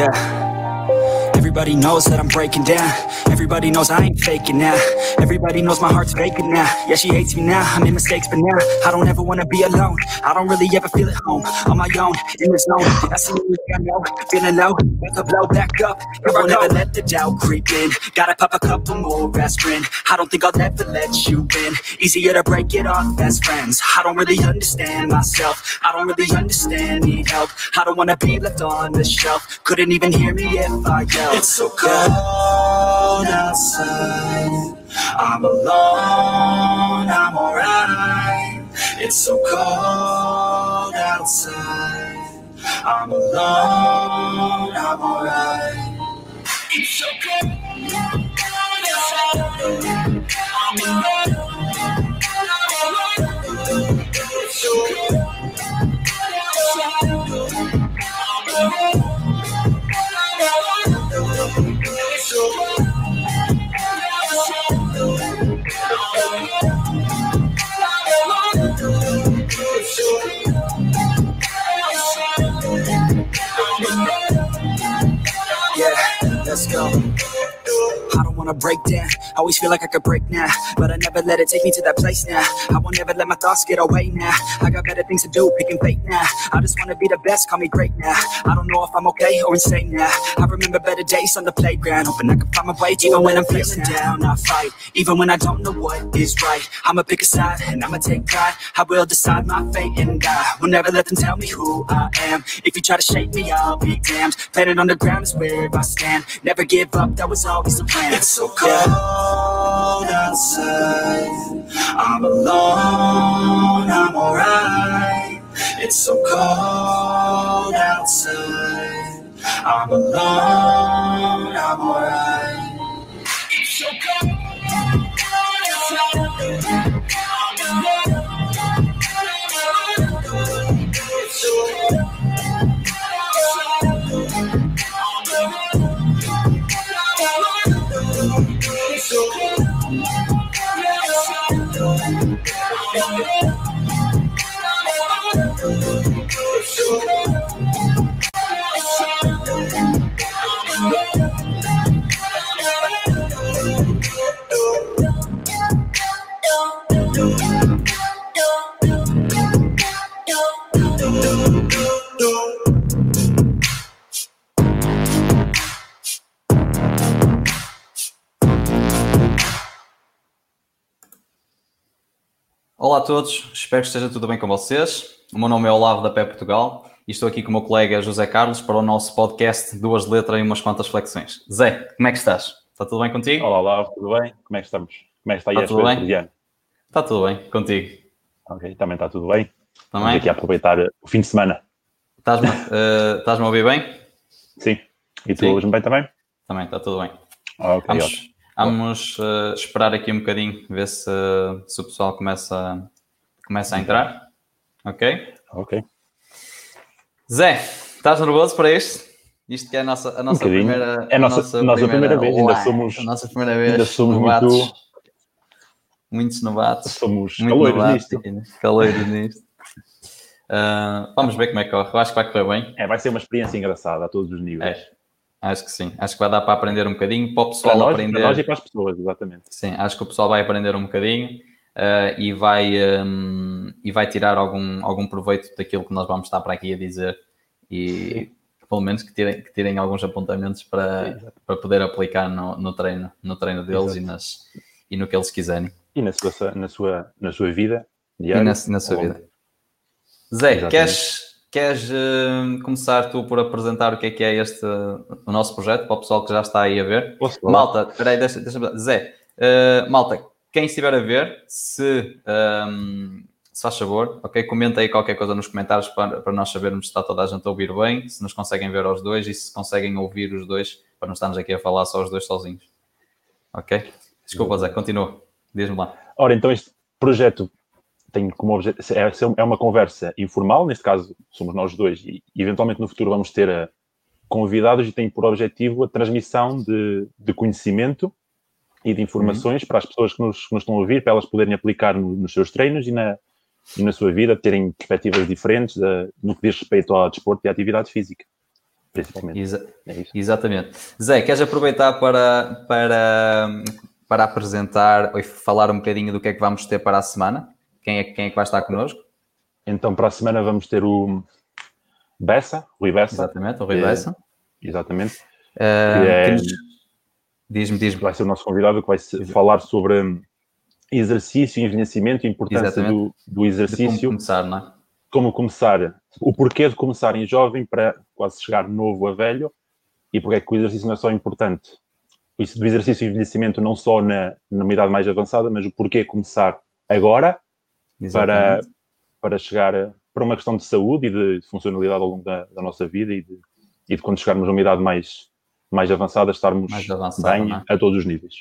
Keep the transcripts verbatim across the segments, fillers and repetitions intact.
Yeah. Everybody knows that I'm breaking down. Everybody knows I ain't faking now. Everybody knows my heart's vacant now. Yeah, she hates me now, I made mistakes, but now I don't ever wanna be alone. I don't really ever feel at home, on my own, in the zone. I see you, I know, feeling low, about to blow back up. Here I never let the doubt creep in. Gotta pop a couple more aspirin. I don't think I'll ever let you in. Easier to break it off best friends. I don't really understand myself. I don't really understand, need help. I don't wanna be left on the shelf. Couldn't even hear me if I yelled. It's so cold outside. I'm alone, I'm alright. It's so cold outside. I'm alone, I'm alright. It's so cold outside. I'm alone, it's so cold outside. I'm alone. Yeah, let's go. I don't wanna break down. I always feel like I could break now, but I never let it take me to that place now. I won't ever let my thoughts get away now. I got better things to do, picking fate now. I just wanna be the best, call me great now. I don't know if I'm okay or insane now. I remember better days on the playground, hoping I could find my way. Even when I'm feeling down, I fight. Even when I don't know what is right, I'ma pick a side and I'ma take pride. I will decide my fate and I will never let them tell me who I am. If you try to shake me, I'll be damned. Planet on the ground is where I stand. Never give up, that was always the plan. It's so cold outside. I'm alone, I'm alright. It's so cold outside. I'm alone, I'm alright. It's so cold outside. I'm alone. It's so cold outside. Olá a todos, espero que esteja tudo bem com vocês. O meu nome é Olavo da P E Portugal e estou aqui com o meu colega José Carlos para o nosso podcast Duas Letras e umas quantas flexões. Zé, como é que estás? Está tudo bem contigo? Olá Olavo, tudo bem? Como é que estamos? Como é que está aí está a escolha por diante? Está tudo bem, contigo? Ok, também está tudo bem. Também? Vamos aqui a aproveitar o fim de semana. Estás-me uh, estás-me a ouvir bem? Sim. E tu ouves-me bem também? Também, está tudo bem. Ok, Vamos... ótimo. Vamos uh, esperar aqui um bocadinho, ver se, se o pessoal começa, começa a entrar. Ok? Ok. Zé, estás nervoso para este? Isto que é a nossa, a nossa um primeira... É a nossa, nossa, nossa primeira, primeira vez. Ainda somos, a nossa primeira vez. Ainda somos novatos, muito... Muitos novatos. Somos muito caloiros novatos, nisto. Caloiros nisto. Uh, vamos ver como é que corre. Eu acho que vai correr bem. É, vai ser uma experiência engraçada a todos os níveis. É. Acho que sim. Acho que vai dar para aprender um bocadinho, para o pessoal para nós, aprender. Para nós e para as pessoas, exatamente. Sim, acho que o pessoal vai aprender um bocadinho uh, e, vai, um, e vai tirar algum, algum proveito daquilo que nós vamos estar para aqui a dizer e sim. Pelo menos que tirem, que tirem alguns apontamentos para, sim, para poder aplicar no, no, treino, no treino deles e, nas, e no que eles quiserem. E na sua, na sua, na sua vida diária. E na, na sua vida. Zé, queres... Queres uh, começar tu por apresentar o que é que é este, o nosso projeto, para o pessoal que já está aí a ver? Posso falar? Malta, peraí, deixa, deixa Zé, uh, malta, quem estiver a ver, se, um, se faz favor, ok, comenta aí qualquer coisa nos comentários para, para nós sabermos se está toda a gente a ouvir bem, se nos conseguem ver aos dois e se conseguem ouvir os dois, para não estarmos aqui a falar só os dois sozinhos. Ok? Desculpa, Zé, continua. Diz-me lá. Ora, então este projeto tem como objetivo, é uma conversa informal, neste caso somos nós dois, e eventualmente no futuro vamos ter a, convidados e tem por objetivo a transmissão de, de conhecimento e de informações uhum. para as pessoas que nos, que nos estão a ouvir, para elas poderem aplicar no, nos seus treinos e na, e na sua vida, terem perspectivas diferentes de, no que diz respeito ao desporto e à atividade física. principalmente. Exa- É isso. Exatamente. Zé, queres aproveitar para, para, para apresentar ou falar um bocadinho do que é que vamos ter para a semana? Quem é, quem é que vai estar connosco? Então, para a semana vamos ter o Bessa, Rui Bessa. Exatamente, o Rui que- Bessa. Exatamente. Uh, que é, que nos... Diz-me, diz-me. vai ser o nosso convidado, que vai se- Exa- falar sobre hum, exercício, envelhecimento, a importância Exatamente. do, do De como exercício, começar, não é? como começar, o porquê de começar em jovem para quase chegar novo a velho, e porque é que o exercício não é só importante. Isso do exercício e envelhecimento não só na, numa idade mais avançada, mas o porquê começar agora para, Exatamente. para chegar a, para uma questão de saúde e de funcionalidade ao longo da, da nossa vida e de, e de quando chegarmos numa idade mais, mais avançada, estarmos Mais avançada, bem não é? a todos os níveis.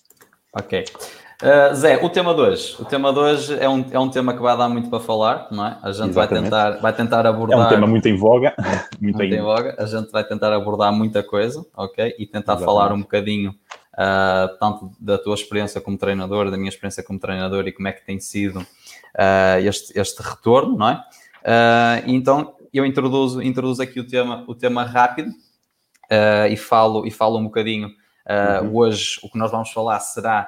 Ok. Uh, Zé, o tema de hoje. O tema de hoje é um, é um tema que vai dar muito para falar, não é? A gente vai Exatamente. tentar, vai tentar É abordar... um tema muito em voga. Muito, muito em em voga. A gente vai tentar abordar muita coisa, ok? E tentar Exatamente. falar um bocadinho uh, tanto da tua experiência como treinador, da minha experiência como treinador e como é que tem sido uh, este, este retorno, não é? Uh, então, eu introduzo, introduzo aqui o tema, o tema rápido uh, e, falo, e falo um bocadinho. Uh, uhum. Hoje, o que nós vamos falar será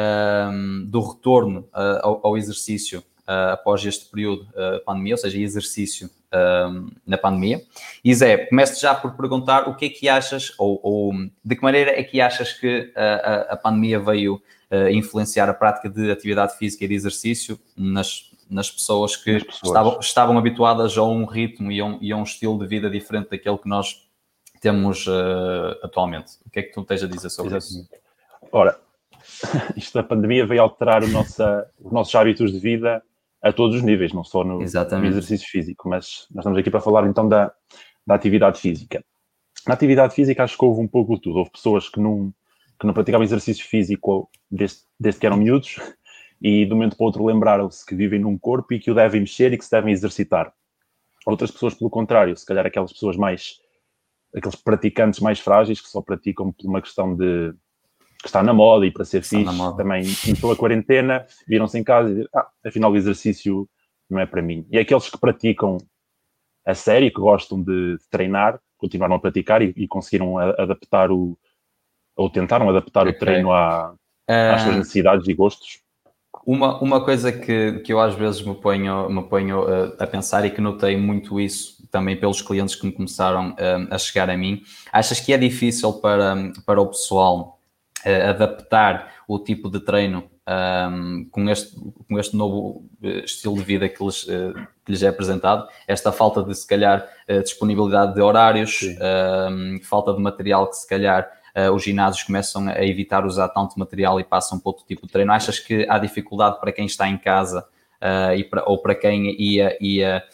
uh, do retorno uh, ao, ao exercício uh, após este período de uh, pandemia, ou seja, exercício uh, na pandemia. E Zé, começo já por perguntar o que é que achas, ou, ou de que maneira é que achas que uh, a, a pandemia veio uh, influenciar a prática de atividade física e de exercício nas, nas pessoas que Nas pessoas. Estavam, estavam habituadas a um ritmo e a um, e a um estilo de vida diferente daquele que nós temos uh, atualmente. O que é que tu tens a dizer sobre Exatamente. isso? Ora, isto da pandemia veio alterar o nossa, os nossos hábitos de vida a todos os níveis, não só no, no exercício físico, mas nós estamos aqui para falar então da, da atividade física. Na atividade física acho que houve um pouco de tudo. Houve pessoas que não, que não praticavam exercício físico desde, desde que eram miúdos e de um momento para o outro lembraram-se que vivem num corpo e que o devem mexer e que se devem exercitar. Outras pessoas, pelo contrário, se calhar aquelas pessoas mais... aqueles praticantes mais frágeis que só praticam por uma questão de que está na moda e para ser está fixe, também começou a quarentena, viram-se em casa e dizem, ah, afinal o exercício não é para mim. E aqueles que praticam a sério, que gostam de, de treinar, continuaram a praticar e, e conseguiram a, adaptar o, ou tentaram adaptar okay. o treino à, às suas necessidades e gostos. Uma, uma coisa que, que eu às vezes me ponho, me ponho uh, a pensar e que notei muito isso também pelos clientes que me começaram uh, a chegar a mim, achas que é difícil para, para o pessoal uh, adaptar o tipo de treino um, com, este, com este novo uh, estilo de vida que lhes, uh, que lhes é apresentado? Esta falta de, se calhar, uh, disponibilidade de horários, uh, falta de material que, se calhar, Uh, os ginásios começam a evitar usar tanto material e passam para outro tipo de treino. Achas que há dificuldade para quem está em casa uh, e para, ou para quem ia, ia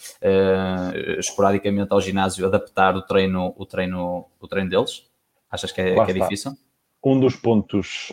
uh, esporadicamente ao ginásio adaptar o treino, o treino, o treino deles? Achas que é, que é difícil? Um dos pontos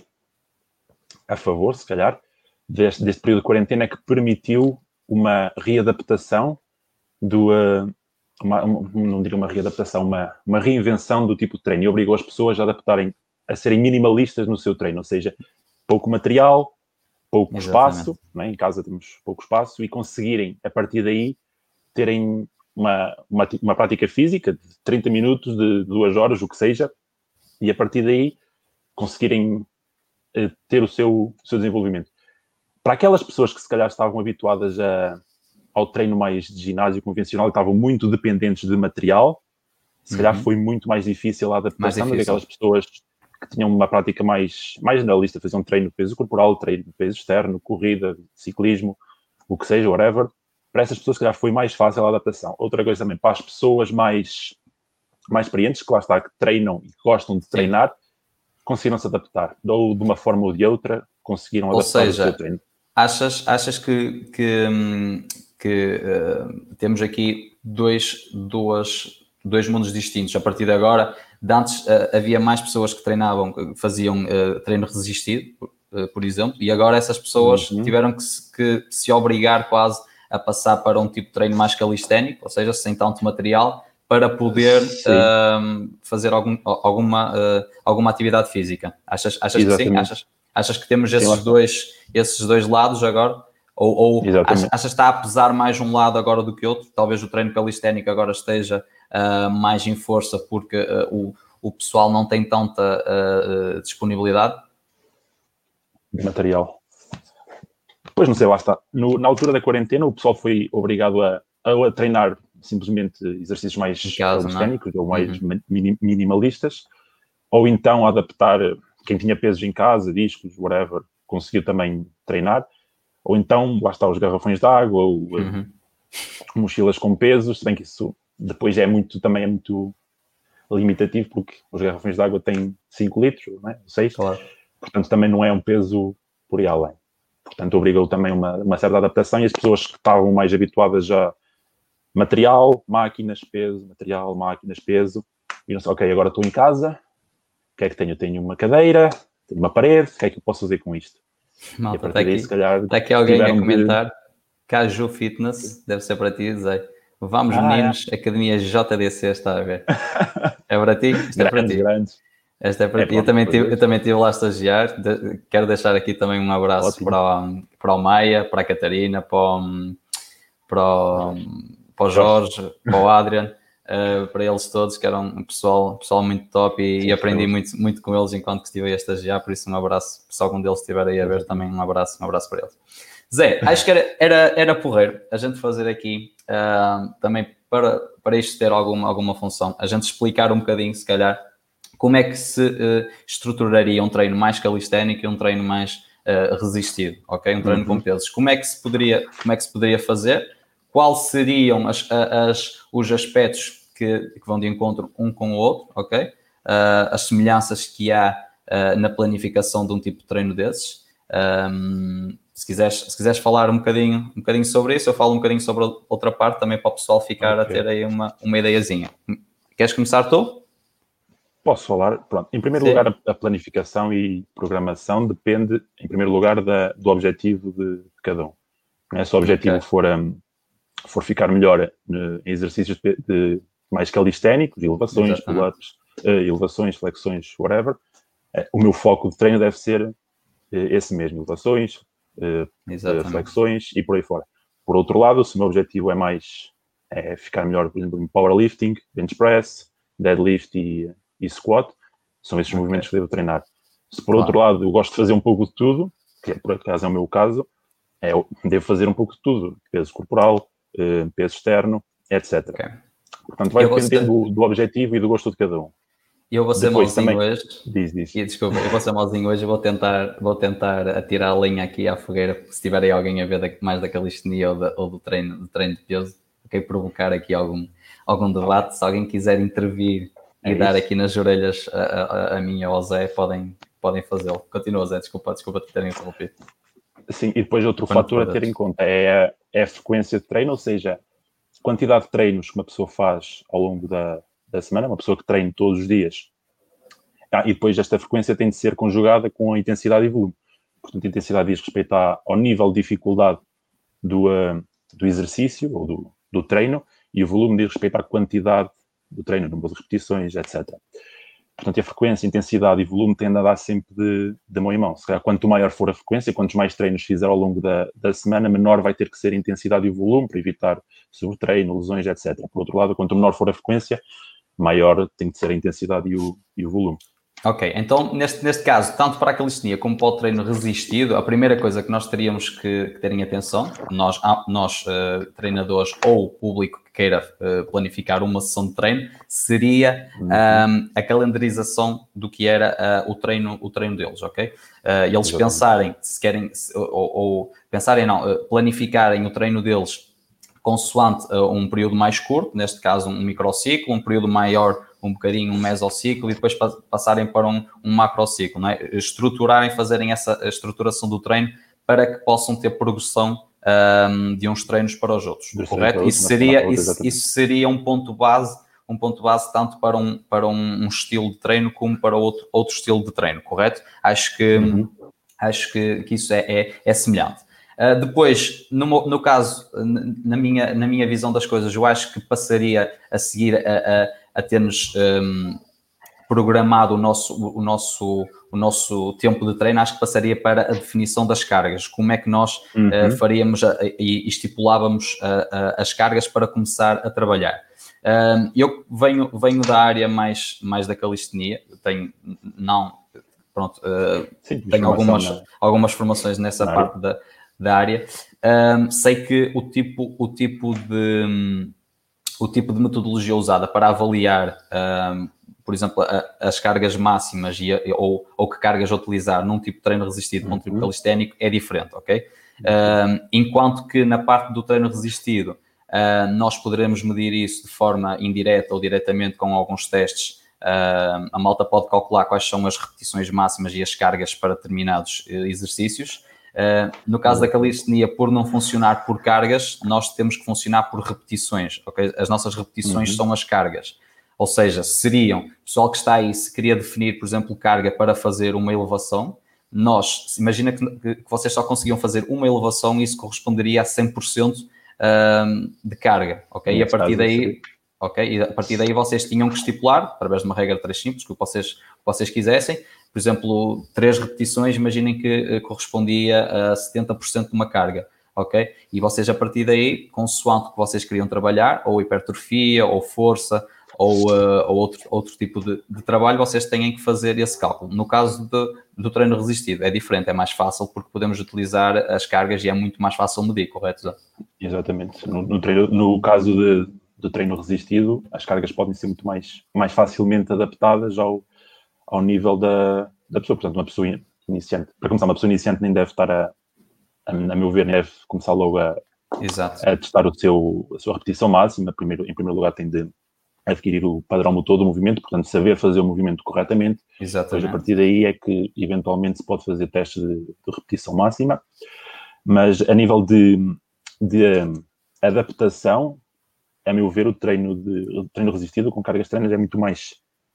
a favor, se calhar, deste, deste período de quarentena é que permitiu uma readaptação do... Uh, Uma, uma, não diria uma readaptação, uma, uma reinvenção do tipo de treino e obrigou as pessoas a adaptarem, a serem minimalistas no seu treino, ou seja, pouco material, pouco Exatamente. espaço, não é? Em casa temos pouco espaço e conseguirem, a partir daí, terem uma, uma, uma prática física de trinta minutos, de duas horas, o que seja, e a partir daí conseguirem eh, ter o seu, o seu desenvolvimento. Para aquelas pessoas que se calhar estavam habituadas a ao treino mais de ginásio convencional e estavam muito dependentes de material, se uhum. calhar foi muito mais difícil a adaptação do que aquelas pessoas que tinham uma prática mais, mais generalista, faziam treino de peso corporal, treino de peso externo, corrida, ciclismo, o que seja, whatever. Para essas pessoas, se calhar, foi mais fácil a adaptação. Outra coisa também, para as pessoas mais, mais experientes, que lá está, que treinam e que gostam de treinar, Sim. conseguiram se adaptar. Ou de uma forma ou de outra, conseguiram ou adaptar seja, o seu treino. Achas, achas que... que hum... que uh, temos aqui dois, duas, dois mundos distintos. A partir de agora, de antes uh, havia mais pessoas que treinavam, que faziam uh, treino resistido, por, uh, por exemplo, e agora essas pessoas uhum. tiveram que se, que se obrigar quase a passar para um tipo de treino mais calisténico, ou seja, sem tanto material, para poder uh, fazer algum, alguma, uh, alguma atividade física. Achas, achas que sim? Achas, achas que temos esses, sim, dois, esses dois lados agora? Ou, ou achas, achas que está a pesar mais um lado agora do que outro? Talvez o treino calisténico agora esteja uh, mais em força porque uh, o, o pessoal não tem tanta uh, disponibilidade? De material. Pois não sei, lá está. No, na altura da quarentena o pessoal foi obrigado a, a, a treinar simplesmente exercícios mais calisténicos ou mais uhum. minimalistas, ou então adaptar quem tinha pesos em casa, discos, whatever, conseguiu também treinar, ou então lá está os garrafões de água, ou uhum. mochilas com pesos, se bem que isso depois é muito, também é muito limitativo, porque os garrafões de água têm cinco litros, não é? seis, claro. Portanto também não é um peso por aí além. Portanto, obrigou também uma, uma certa adaptação e as pessoas que estavam mais habituadas já material, máquinas, peso, material, máquinas, peso, viram-se, ok, agora estou em casa, o que é que tenho? Tenho uma cadeira, tenho uma parede, o que é que eu posso fazer com isto? Malta, e a partir daí, se calhar... Está aqui alguém a comentar, de... Caju Fitness, deve ser para ti, dizer, vamos ah, meninos, é. Academia J D C está a ver. É para ti? Isto é para ti. Grandes. Esta é para é ti. Eu também, tive, eu também estive lá a estagiar. De, quero deixar aqui também um abraço para o, para o Maia, para a Catarina, para o, para o, para o Jorge, para o Adrian, uh, para eles todos, que eram um pessoal, pessoal muito top e, Sim, e aprendi muito, muito com eles enquanto que estive a estagiar. Por isso, um abraço. Se algum deles estiver aí a ver, também um abraço, um abraço para eles. Zé, acho que era, era, era porreiro a gente fazer aqui uh, também para, para isto ter alguma, alguma função, a gente explicar um bocadinho, se calhar, como é que se uh, estruturaria um treino mais calisténico e um treino mais uh, resistido, ok? Um treino uhum. com pesos. Como é que se poderia, como é que se poderia fazer? Quais seriam as, as, os aspectos que, que vão de encontro um com o outro, ok? Uh, as semelhanças que há uh, na planificação de um tipo de treino desses. Um, se, quiseres, se quiseres falar um bocadinho, um bocadinho sobre isso, eu falo um bocadinho sobre a outra parte também para o pessoal ficar okay. a ter aí uma, uma ideiazinha. Queres começar tu? Posso falar? Pronto. Em primeiro Sim. lugar, a planificação e programação depende, em primeiro lugar, da, do objetivo de cada um. Não é? Se o objetivo okay. for, um, for ficar melhor uh, em exercícios de, de mais calisténicos, elevações, pull-ups, uh, elevações, flexões, whatever, uh, o meu foco de treino deve ser uh, esse mesmo, elevações, uh, uh, flexões e por aí fora. Por outro lado, se o meu objetivo é mais é ficar melhor, por exemplo, em powerlifting, bench press, deadlift e e squat, são esses okay. movimentos que devo treinar. Se por claro. outro lado eu gosto de fazer um pouco de tudo, que por acaso é o meu caso, é, eu devo fazer um pouco de tudo, peso corporal, peso externo, etcétera. Okay. Portanto, vai depender ser... do, do objetivo e do gosto de cada um. Eu vou ser Depois, mauzinho também... hoje. Diz, diz. E, desculpa, eu vou ser mauzinho hoje, vou tentar, vou tentar atirar a linha aqui à fogueira, se tiver aí alguém a ver da, mais da calistenia ou, da, ou do, treino, do treino de peso, ok, provocar aqui algum, algum debate. Se alguém quiser intervir e é dar isso. Aqui nas orelhas a, a, a mim ou ao Zé, podem, podem fazê-lo. Continua, Zé, desculpa, desculpa te terem interrompido. Sim, e depois outro Quando fator a ter em conta é a, é a frequência de treino, ou seja, a quantidade de treinos que uma pessoa faz ao longo da, da semana, uma pessoa que treine todos os dias. Ah, e depois esta frequência tem de ser conjugada com a intensidade e volume. Portanto, a intensidade diz respeito à, ao nível de dificuldade do, uh, do exercício ou do, do treino, e o volume diz respeito à quantidade do treino, número de repetições, etcétera. Portanto, a frequência, intensidade e volume tendem a dar sempre de, de mão em mão. Se calhar, quanto maior for a frequência, quantos mais treinos fizer ao longo da, da semana, menor vai ter que ser a intensidade e o volume para evitar sobretreino, lesões, etcétera. Por outro lado, quanto menor for a frequência, maior tem que ser a intensidade e o, e o volume. Ok, então neste, neste caso, tanto para a calistenia como para o treino resistido, a primeira coisa que nós teríamos que, que ter em atenção, nós, nós uh, treinadores ou o público que queira uh, planificar uma sessão de treino, seria uhum. um, a calendarização do que era uh, o, treino, o treino deles, ok? Uh, eles Exatamente. pensarem, se querem, se, ou, ou pensarem não, uh, planificarem o treino deles consoante uh, um período mais curto, neste caso um microciclo, um período maior, um bocadinho um mesociclo, e depois pa- passarem para um, um macrociclo, não é? Estruturarem, fazerem essa estruturação do treino para que possam ter progressão um, de uns treinos para os outros, do correto? Isso seria, isso, isso seria um ponto base, um ponto base tanto para um, para um, um estilo de treino como para outro, outro estilo de treino, correto? Acho que, uhum. acho que, que isso é, é, é semelhante. Uh, depois, no, no caso, na minha, na minha visão das coisas, eu acho que passaria a seguir a, a, a termos um, programado o nosso, o, nosso, o nosso tempo de treino, acho que passaria para a definição das cargas. Como é que nós uhum. uh, faríamos a, e estipulávamos a, a, as cargas para começar a trabalhar. Um, eu venho, venho da área mais, mais da calistenia, tenho, não, pronto, uh, Sim, tenho algumas, na, algumas formações nessa parte da, da área. Um, sei que o tipo, o tipo de... o tipo de metodologia usada para avaliar, um, por exemplo, a, as cargas máximas e a, ou, ou que cargas utilizar num tipo de treino resistido, num tipo calisténico, é diferente, ok? Um, enquanto que na parte do treino resistido, uh, nós poderemos medir isso de forma indireta ou diretamente com alguns testes. Uh, a malta pode calcular quais são as repetições máximas e as cargas para determinados uh, exercícios. Uh, no caso da calistenia, por não funcionar por cargas, nós temos que funcionar por repetições, ok? As nossas repetições uhum. são as cargas. Ou seja, seriam, o pessoal que está aí, se queria definir, por exemplo, carga para fazer uma elevação, nós, imagina que, que vocês só conseguiam fazer uma elevação e isso corresponderia a cem por cento uh, de carga, ok? E a partir daí... ok? E a partir daí vocês tinham que estipular, através de uma regra de três simples, que vocês, que vocês quisessem. Por exemplo, três repetições, imaginem que uh, correspondia a setenta por cento de uma carga, ok? E vocês, a partir daí, consoante o que vocês queriam trabalhar, ou hipertrofia, ou força, ou, uh, ou outro, outro tipo de, de trabalho, vocês têm que fazer esse cálculo. No caso de, do treino resistido, é diferente, é mais fácil, porque podemos utilizar as cargas e é muito mais fácil medir, correto, Zé? Exatamente. No, no, treino, no caso de... do treino resistido, as cargas podem ser muito mais, mais facilmente adaptadas ao, ao nível da, da pessoa. Portanto, uma pessoa iniciante, para começar, uma pessoa iniciante nem deve estar a, a, a meu ver, nem deve começar logo a, a testar o seu, a sua repetição máxima. Primeiro, em primeiro lugar, tem de adquirir o padrão motor do movimento, portanto, saber fazer o movimento corretamente. Exatamente. Depois, a partir daí é que, eventualmente, se pode fazer testes de, de repetição máxima. Mas, a nível de, de um, adaptação, a meu ver, o treino, de, o treino resistido com cargas treinas é muito mais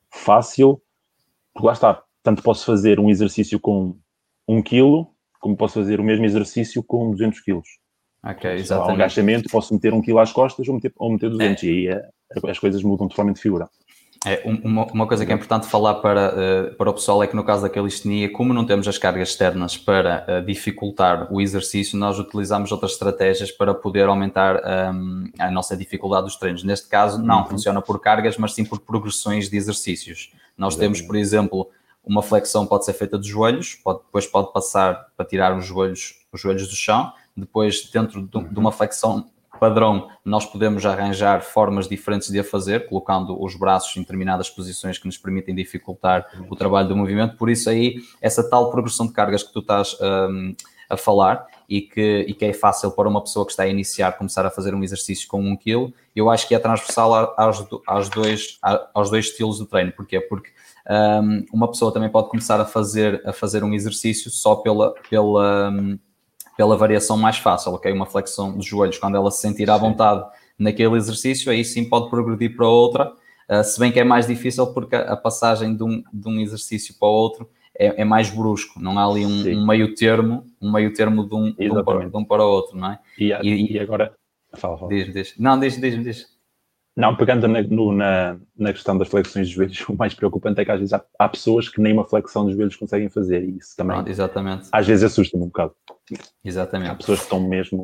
fácil, porque lá está, tanto posso fazer um exercício com um quilo, como posso fazer o mesmo exercício com duzentos quilos. Ok, exatamente. Se há um agachamento, posso meter um quilo às costas ou meter, ou meter duzentos, é. E aí é, as coisas mudam totalmente de figura. É, uma, uma coisa que é importante falar para, uh, para o pessoal é que no caso da calistenia, como não temos as cargas externas para uh, dificultar o exercício, nós utilizamos outras estratégias para poder aumentar um, a nossa dificuldade dos treinos. Neste caso, não uhum. funciona por cargas, mas sim por progressões de exercícios. Nós Exatamente. Temos, por exemplo, uma flexão pode ser feita de joelhos, pode, depois pode passar para tirar os joelhos, os joelhos do chão, depois dentro de, uhum. de uma flexão padrão, nós podemos arranjar formas diferentes de a fazer, colocando os braços em determinadas posições que nos permitem dificultar o trabalho do movimento. Por isso aí, essa tal progressão de cargas que tu estás um, a falar e que, e que é fácil para uma pessoa que está a iniciar começar a fazer um exercício com um quilo, eu acho que é transversal aos, aos, dois, aos dois estilos de treino. Porquê? Porque um, uma pessoa também pode começar a fazer, a fazer um exercício só pela... pela um, pela variação mais fácil, ok? Uma flexão dos joelhos, quando ela se sentir à vontade naquele exercício, aí sim pode progredir para outra, uh, se bem que é mais difícil porque a, a passagem de um, de um exercício para o outro é, é mais brusco, não há ali um, um meio termo, um meio termo de um, de um, para, de um para o outro, não é? E, a, e, e agora... Fala, fala. Diz, diz. Não, diz, diz, diz. Não, pegando na, no, na, na questão das flexões de joelhos, o mais preocupante é que às vezes há, há pessoas que nem uma flexão de joelhos conseguem fazer, e isso também, Pronto, exatamente. Às vezes assusta-me um bocado. Exatamente. Há pessoas que estão mesmo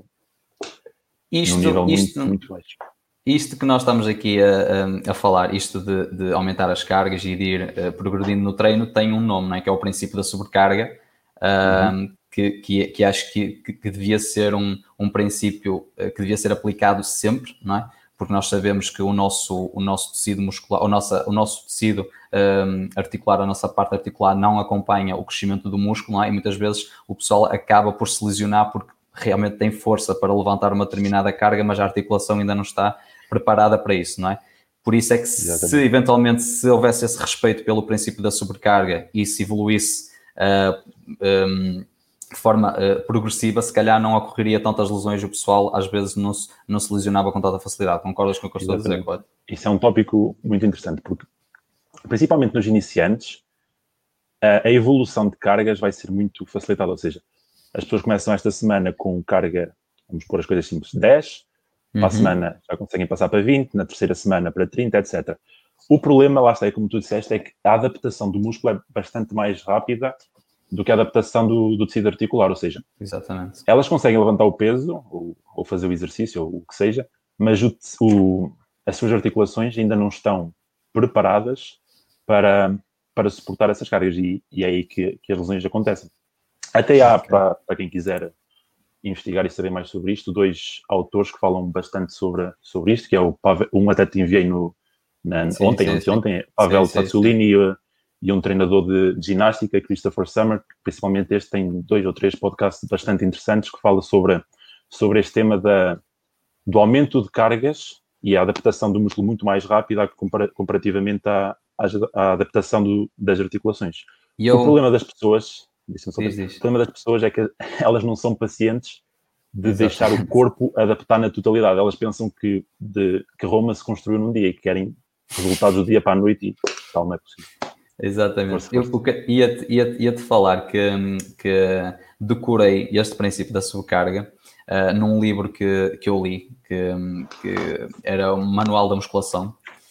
isto, num nível isto, muito, muito baixo. Isto que nós estamos aqui a, a, a falar, isto de, de aumentar as cargas e de ir uh, progredindo no treino, tem um nome, não é? Que é o princípio da sobrecarga, uh, uhum. que, que, que acho que, que, que devia ser um, um princípio uh, que devia ser aplicado sempre, não é? Porque nós sabemos que o nosso, o nosso tecido muscular, o nosso, o nosso tecido um, articular, a nossa parte articular não acompanha o crescimento do músculo, não é? E muitas vezes o pessoal acaba por se lesionar porque realmente tem força para levantar uma determinada carga, mas a articulação ainda não está preparada para isso, não é? Por isso é que Exatamente. se eventualmente se houvesse esse respeito pelo princípio da sobrecarga e se evoluísse uh, um, de forma uh, progressiva, se calhar não ocorreria tantas lesões, o pessoal às vezes não se, não se lesionava com tanta facilidade. Concordas com o que eu estou a dizer, Cláudio? Isso é um tópico muito interessante, porque principalmente nos iniciantes, a, a evolução de cargas vai ser muito facilitada, ou seja, as pessoas começam esta semana com carga, vamos pôr as coisas simples, dez, para uhum. a semana já conseguem passar para vinte, na terceira semana para trinta, etcétera. O problema, lá está, é como tu disseste, é que a adaptação do músculo é bastante mais rápida do que a adaptação do, do tecido articular, ou seja, Exatamente. elas conseguem levantar o peso ou, ou fazer o exercício ou o que seja, mas o, o, as suas articulações ainda não estão preparadas para, para suportar essas cargas e, e é aí que, que as lesões acontecem. Até há, okay. para, para quem quiser investigar e saber mais sobre isto, dois autores que falam bastante sobre, sobre isto, que é o Pavel, um até te enviei no, na, sim, ontem, sim, ontem, sim. ontem, Pavel Tsatsouline e, e um treinador de, de ginástica, Christopher Summer, principalmente este tem dois ou três podcasts bastante interessantes que falam sobre, sobre este tema da, do aumento de cargas e a adaptação do músculo muito mais rápida comparativamente à, à adaptação do, das articulações. Eu... O problema das pessoas... Diz, o problema das pessoas é que elas não são pacientes de Exatamente. Deixar o corpo adaptar na totalidade. Elas pensam que, de, que Roma se construiu num dia e que querem resultados do dia para a noite e tal, não é possível. Exatamente. Força, força. Eu ia-te ia, ia falar que, que decorei este princípio da sobrecarga uh, num livro que, que eu li, que, que era um manual da musculação.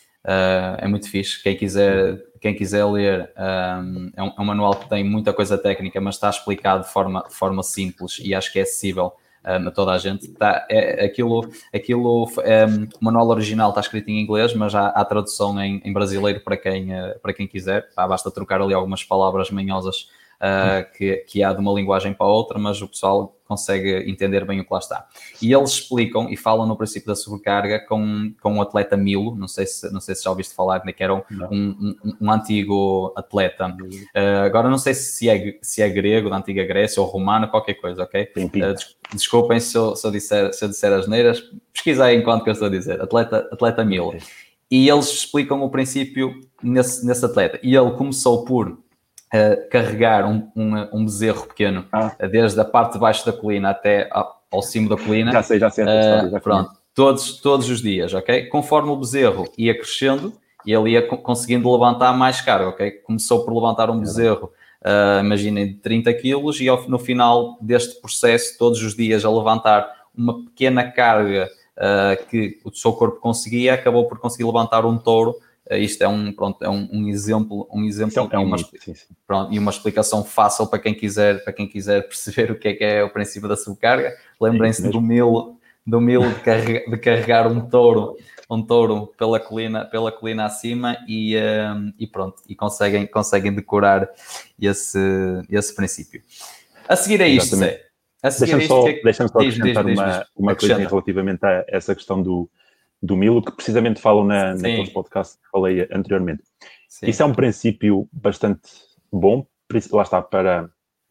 Uh, é muito fixe. Quem quiser, quem quiser ler, um, é, um, é um manual que tem muita coisa técnica, mas está explicado de forma, de forma simples e acho que é acessível um, a toda a gente. Está, é, aquilo, aquilo, um, o manual original está escrito em inglês, mas há, há tradução em, em brasileiro para quem, uh, para quem quiser. Pá, basta trocar ali algumas palavras manhosas uh, que, que há de uma linguagem para outra, mas o pessoal consegue entender bem o que lá está. E eles explicam e falam no princípio da sobrecarga com, com um atleta Milo, não sei se, não sei se já ouviste falar, né, que era um, um, um, um antigo atleta. Uh, agora não sei se é, se é grego, da antiga Grécia, ou romano, qualquer coisa, ok? Uh, des, desculpem se eu, se, eu disser, se eu disser as neiras, pesquisa aí enquanto que eu estou a dizer. Atleta, atleta Milo. Okay. E eles explicam o princípio nesse, nesse atleta. E ele começou por Uh, carregar um, um, um bezerro pequeno ah. uh, desde a parte de baixo da colina até ao, ao cimo da colina. Já sei, já sei. Uh, já pronto, todos, todos os dias, ok? Conforme o bezerro ia crescendo, ele ia co- conseguindo levantar mais carga, ok? Começou por levantar um bezerro, uh, imaginem, de trinta quilos e ao, no final deste processo, todos os dias a levantar uma pequena carga uh, que o seu corpo conseguia, acabou por conseguir levantar um touro. Isto é um, pronto, é um, um exemplo, um exemplo é um e, uma, mito, sim, sim. Pronto, e uma explicação fácil para quem quiser, para quem quiser perceber o que é que é o princípio da sobrecarga. Lembrem-se é do Milo, do Milo de, carregar, de carregar um touro, um touro pela colina, pela colina acima e, um, e pronto, e conseguem, conseguem decorar esse, esse princípio. A seguir a isto, Zé. A seguir deixa-me a isto, só, que é que... deixa-me só diz, acrescentar diz, diz, uma, diz, uma coisa relativamente a essa questão do do Milo, que precisamente falam na, naqueles podcasts que falei anteriormente. Sim. Isso é um princípio bastante bom, lá está, para,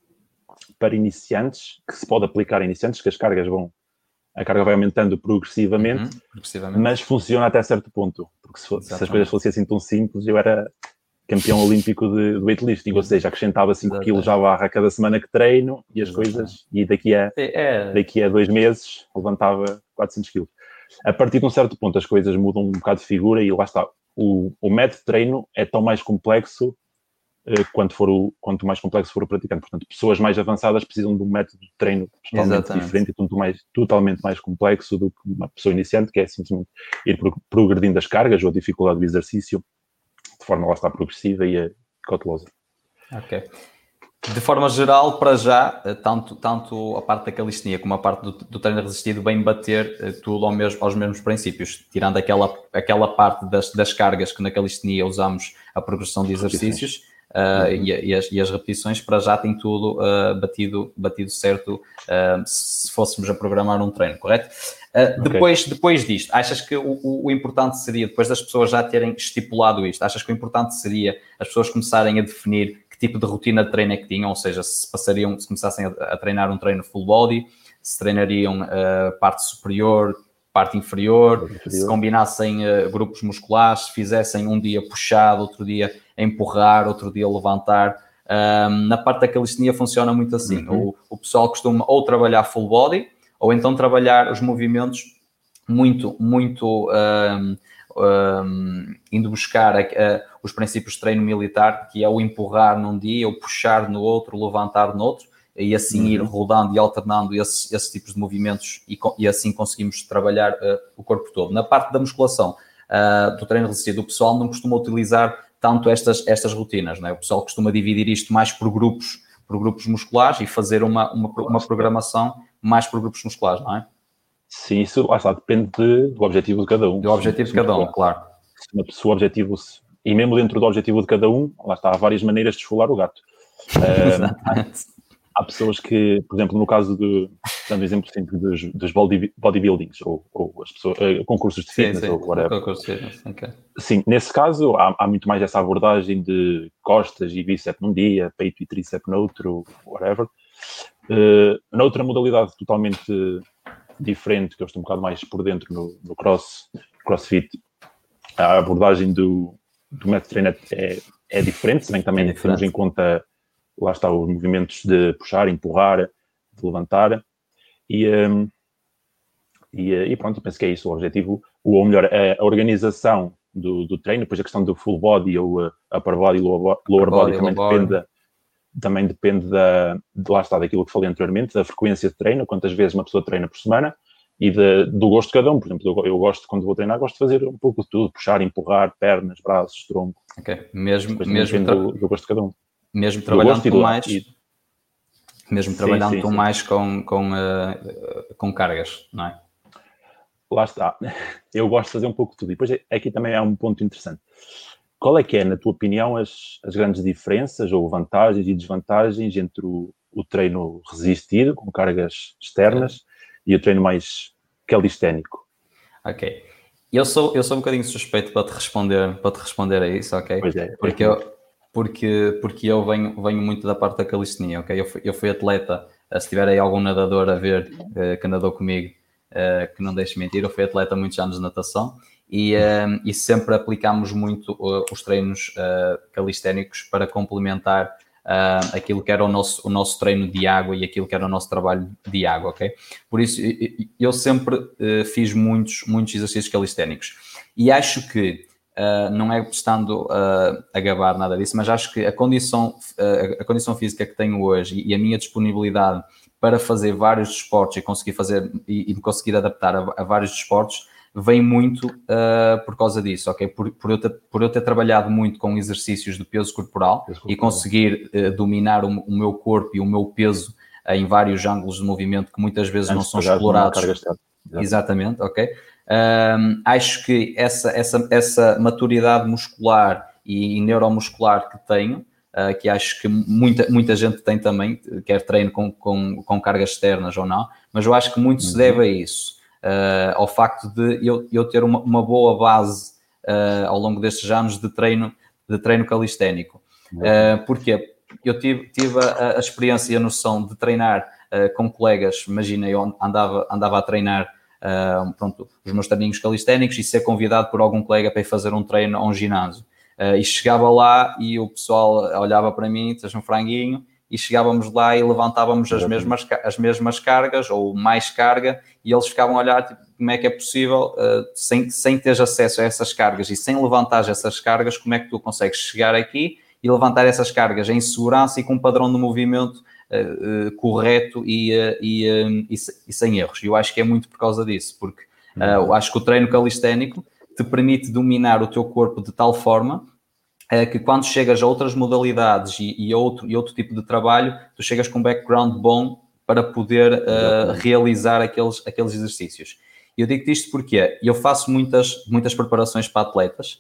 para iniciantes, que se pode aplicar a iniciantes, que as cargas vão, a carga vai aumentando progressivamente, uhum, progressivamente. mas funciona até certo ponto, porque se, se as coisas fossem assim tão simples, eu era campeão olímpico de, de weightlifting, ou seja, acrescentava cinco quilos à barra a cada semana que treino e as Exatamente. Coisas, e daqui a, é. daqui a dois meses levantava quatrocentos quilos. A partir de um certo ponto as coisas mudam um bocado de figura e lá está. O, o método de treino é tão mais complexo eh, quanto, for o, quanto mais complexo for o praticante. Portanto, pessoas mais avançadas precisam de um método de treino totalmente Exatamente. Diferente e tanto mais, totalmente mais complexo do que uma pessoa iniciante, que é simplesmente ir progredindo as cargas ou a dificuldade do exercício de forma, lá está, progressiva e cautelosa. Ok. De forma geral, para já, tanto, tanto a parte da calistenia como a parte do, do treino resistido vem bater uh, tudo ao mesmo, aos mesmos princípios, tirando aquela, aquela parte das, das cargas que na calistenia usamos a progressão de exercícios uh, uhum. e, e, as, e as repetições, para já tem tudo uh, batido, batido certo uh, se fôssemos a programar um treino, correto? Uh, okay. depois, depois disto, achas que o, o, o importante seria, depois das pessoas já terem estipulado isto, achas que o importante seria as pessoas começarem a definir que tipo de rotina de treino é que tinham, ou seja, se passariam, se começassem a, a treinar um treino full body, se treinariam uh, parte superior, parte inferior, inferior. Se combinassem uh, grupos musculares, se fizessem um dia puxado, outro dia empurrar, outro dia levantar. Um, na parte da calistenia funciona muito assim. Uhum. O, o pessoal costuma ou trabalhar full body, ou então trabalhar os movimentos muito, muito... Um, Um, indo buscar a, a, os princípios de treino militar, que é o empurrar num dia, o puxar no outro, o levantar no outro, e assim uhum. ir rodando e alternando esses, esses tipos de movimentos e, e assim conseguimos trabalhar uh, o corpo todo. Na parte da musculação, uh, do treino resistido, o pessoal não costuma utilizar tanto estas, estas rotinas, não é? O pessoal costuma dividir isto mais por grupos, por grupos musculares e fazer uma, uma, uma programação mais por grupos musculares, não é? Sim, isso lá está, depende de, do objetivo de cada um. Do objetivo de cada um, claro. Se, se o objetivo, se, e mesmo dentro do objetivo de cada um, lá está, há várias maneiras de esfolar o gato. Um, há, há pessoas que, por exemplo, no caso de, dando exemplo sempre dos, dos body, bodybuildings, ou, ou as pessoas, uh, concursos de fitness, sim, sim, ou whatever. Concurso de fitness, okay. Sim, nesse caso há, há muito mais essa abordagem de costas e bíceps num dia, peito e tríceps no outro, whatever. Uh, noutra modalidade totalmente diferente, que eu estou um bocado mais por dentro no, no cross, crossfit, a abordagem do, do método de treino é, é diferente, se bem que também é temos em conta, lá está, os movimentos de puxar, empurrar, de levantar, e, um, e, e pronto, penso que é isso o objetivo, ou melhor, a, a organização do, do treino, depois a questão do full body, ou upper body, lower, lower body, body, também lower depende... Body. Também depende da, de lá está, daquilo que falei anteriormente, da frequência de treino, quantas vezes uma pessoa treina por semana e de, do gosto de cada um. Por exemplo, eu, eu gosto, quando vou treinar, gosto de fazer um pouco de tudo, puxar, empurrar, pernas, braços, tronco. Ok, mesmo, mesmo tra... do, do gosto de cada um. Mesmo trabalhando com mais, e... mesmo sim, trabalhando sim, sim. mais com, com, uh, com cargas, não é? Lá está. Eu gosto de fazer um pouco de tudo. E depois aqui também há um ponto interessante. Qual é que é, na tua opinião, as, as grandes diferenças ou vantagens e desvantagens entre o, o treino resistido, com cargas externas, é. e o treino mais calisténico? Ok. Eu sou, eu sou um bocadinho suspeito para te responder, para te responder a isso, ok? Pois é. Porque, é eu, porque, porque eu venho, venho muito da parte da calistenia, ok? Eu fui, eu fui atleta, se tiver aí algum nadador a ver uh, que nadou comigo, uh, que não deixe mentir, eu fui atleta há muitos anos de natação. E, um, e sempre aplicámos muito uh, os treinos uh, calisténicos para complementar uh, aquilo que era o nosso, o nosso treino de água e aquilo que era o nosso trabalho de água, ok? Por isso, eu sempre uh, fiz muitos, muitos exercícios calisténicos. E acho que, uh, não é estando uh, a gabar nada disso, mas acho que a condição, uh, a condição física que tenho hoje e a minha disponibilidade para fazer vários desportos e conseguir fazer e, e me conseguir adaptar a, a vários desportos vem muito uh, por causa disso, ok? Por, por, eu ter, por eu ter trabalhado muito com exercícios de peso corporal peso e conseguir uh, dominar o, o meu corpo e o meu peso uh, em vários ângulos de movimento que muitas vezes Antes não são explorados. Exatamente, Exatamente ok? Um, acho que essa, essa, essa maturidade muscular e, e neuromuscular que tenho, uh, que acho que muita, muita gente tem também, quer treino com, com, com cargas externas ou não, mas eu acho que muito uhum. se deve a isso. Uh, ao facto de eu, eu ter uma, uma boa base uh, ao longo destes anos de treino, de treino calisténico. Uh, porque eu tive, tive a, a experiência e a noção de treinar uh, com colegas, imagina, eu andava, andava a treinar uh, pronto, os meus treininhos calisténicos e ser convidado por algum colega para ir fazer um treino a um ginásio. Uh, e chegava lá e o pessoal olhava para mim, tens um franguinho, e chegávamos lá e levantávamos as mesmas, as mesmas cargas ou mais carga e eles ficavam a olhar tipo, como é que é possível, uh, sem, sem ter acesso a essas cargas e sem levantar essas cargas, como é que tu consegues chegar aqui e levantar essas cargas em segurança e com um padrão de movimento uh, uh, correto e, uh, e, uh, e, e sem erros. E eu acho que é muito por causa disso, porque uh, eu acho que o treino calisténico te permite dominar o teu corpo de tal forma é que quando chegas a outras modalidades e, e, outro, e outro tipo de trabalho, tu chegas com um background bom para poder uh, realizar aqueles, aqueles exercícios. Eu digo isto porque eu faço muitas, muitas preparações para atletas,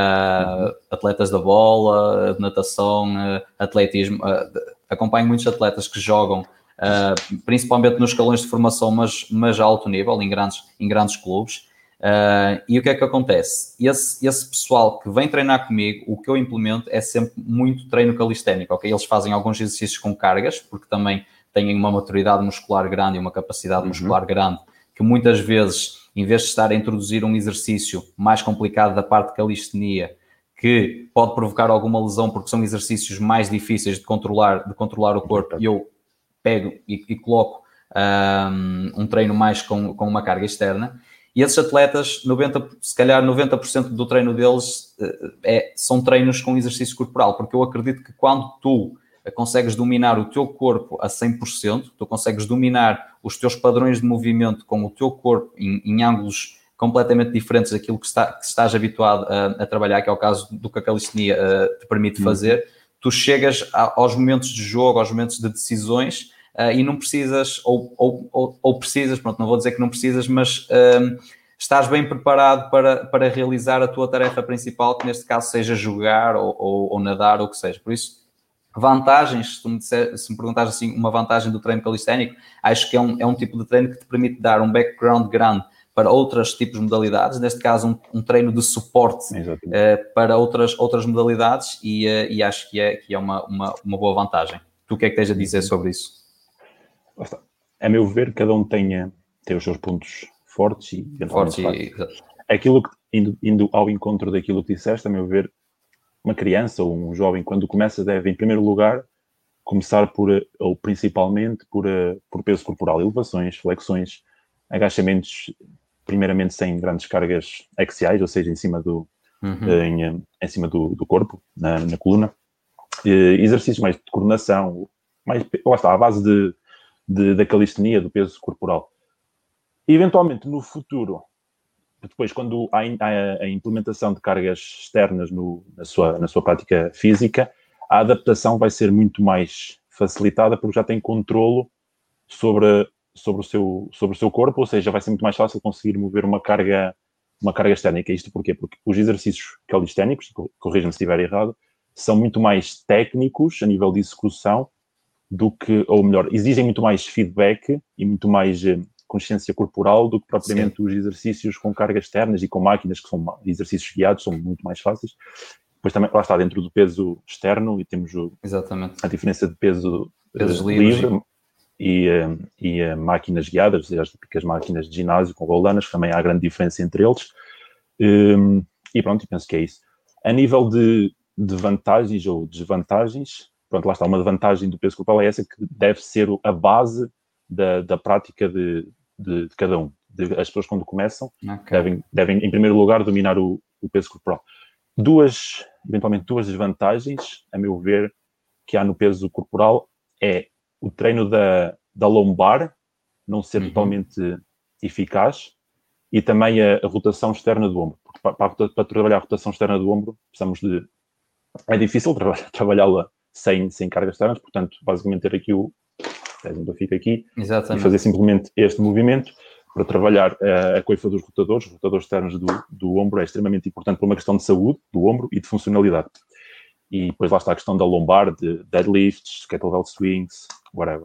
uh, uhum. atletas da bola, de natação, uh, atletismo. Uh, acompanho muitos atletas que jogam, uh, principalmente nos escalões de formação, mas, mas a alto nível, em grandes, em grandes clubes. Uh, e o que é que acontece? Esse, esse pessoal que vem treinar comigo, o que eu implemento é sempre muito treino calisténico, ok? Eles fazem alguns exercícios com cargas, porque também têm uma maturidade muscular grande e uma capacidade uhum. muscular grande, que muitas vezes, em vez de estar a introduzir um exercício mais complicado da parte de calistenia, que pode provocar alguma lesão, porque são exercícios mais difíceis de controlar, de controlar o corpo, e eu pego e, e coloco um, um treino mais com, com uma carga externa. E esses atletas, noventa, se calhar noventa por cento do treino deles é, são treinos com exercício corporal, porque eu acredito que quando tu consegues dominar o teu corpo a cem por cento, tu consegues dominar os teus padrões de movimento com o teu corpo em, em ângulos completamente diferentes daquilo que, está, que estás habituado a, a trabalhar, que é o caso do que a calistenia uh, te permite fazer, tu chegas a, aos momentos de jogo, aos momentos de decisões, uh, e não precisas, ou, ou, ou, ou precisas, pronto, não vou dizer que não precisas, mas um, estás bem preparado para, para realizar a tua tarefa principal, que neste caso seja jogar ou, ou, ou nadar ou o que seja. Por isso, vantagens, se, tu me disser, se me perguntares assim, uma vantagem do treino calisténico, acho que é um, é um tipo de treino que te permite dar um background grande para outros tipos de modalidades, neste caso um, um treino de suporte uh, para outras, outras modalidades e, uh, e acho que é, que é uma, uma, uma boa vantagem. Tu o que é que tens a dizer sobre isso? A meu ver, cada um tem, tem os seus pontos fortes e eventualmente fortes. Aquilo que, indo, indo ao encontro daquilo que disseste, a meu ver, uma criança ou um jovem, quando começa, deve, em primeiro lugar, começar por, ou principalmente, por, por peso corporal, elevações, flexões, agachamentos, primeiramente sem grandes cargas axiais, ou seja, em cima do, uhum. em, em cima do, do corpo, na, na coluna. E, exercícios mais de coordenação, mais, lá está, à base de, de, da calistenia, do peso corporal. E, eventualmente, no futuro, depois, quando há a, a implementação de cargas externas no, na, sua, na sua prática física, a adaptação vai ser muito mais facilitada porque já tem controlo sobre, sobre, o seu, sobre o seu corpo, ou seja, vai ser muito mais fácil conseguir mover uma carga, uma carga externa. Isto porquê? Porque os exercícios calisténicos, corrija-me se estiver errado, são muito mais técnicos a nível de execução do que, ou melhor, exigem muito mais feedback e muito mais consciência corporal do que propriamente Sim. os exercícios com cargas externas e com máquinas que são exercícios guiados, são muito mais fáceis. Depois também, lá está, dentro do peso externo e temos o, a diferença de peso uh, livre e, uh, e uh, máquinas guiadas, as típicas máquinas de ginásio com rolanas, que também há grande diferença entre eles. Um, e pronto, penso que é isso. A nível de, de vantagens ou desvantagens, pronto, lá está, uma vantagem do peso corporal é essa, que deve ser a base da, da prática de, de, de cada um. De, as pessoas, quando começam, okay. devem, devem, em primeiro lugar, dominar o, o peso corporal. Duas, eventualmente, duas desvantagens, a meu ver, que há no peso corporal é o treino da, da lombar não ser uhum. totalmente eficaz e também a, a rotação externa do ombro. Porque para, para, para trabalhar a rotação externa do ombro, precisamos de... É difícil tra- trabalhá-la sem, sem cargas externas, portanto, basicamente ter aqui o... Exemplo, fica aqui Exatamente. E fazer simplesmente este movimento para trabalhar uh, a coifa dos rotadores, os rotadores externos do, do ombro é extremamente importante para uma questão de saúde do ombro e de funcionalidade. E depois lá está a questão da lombar, de deadlifts, kettlebell swings, whatever.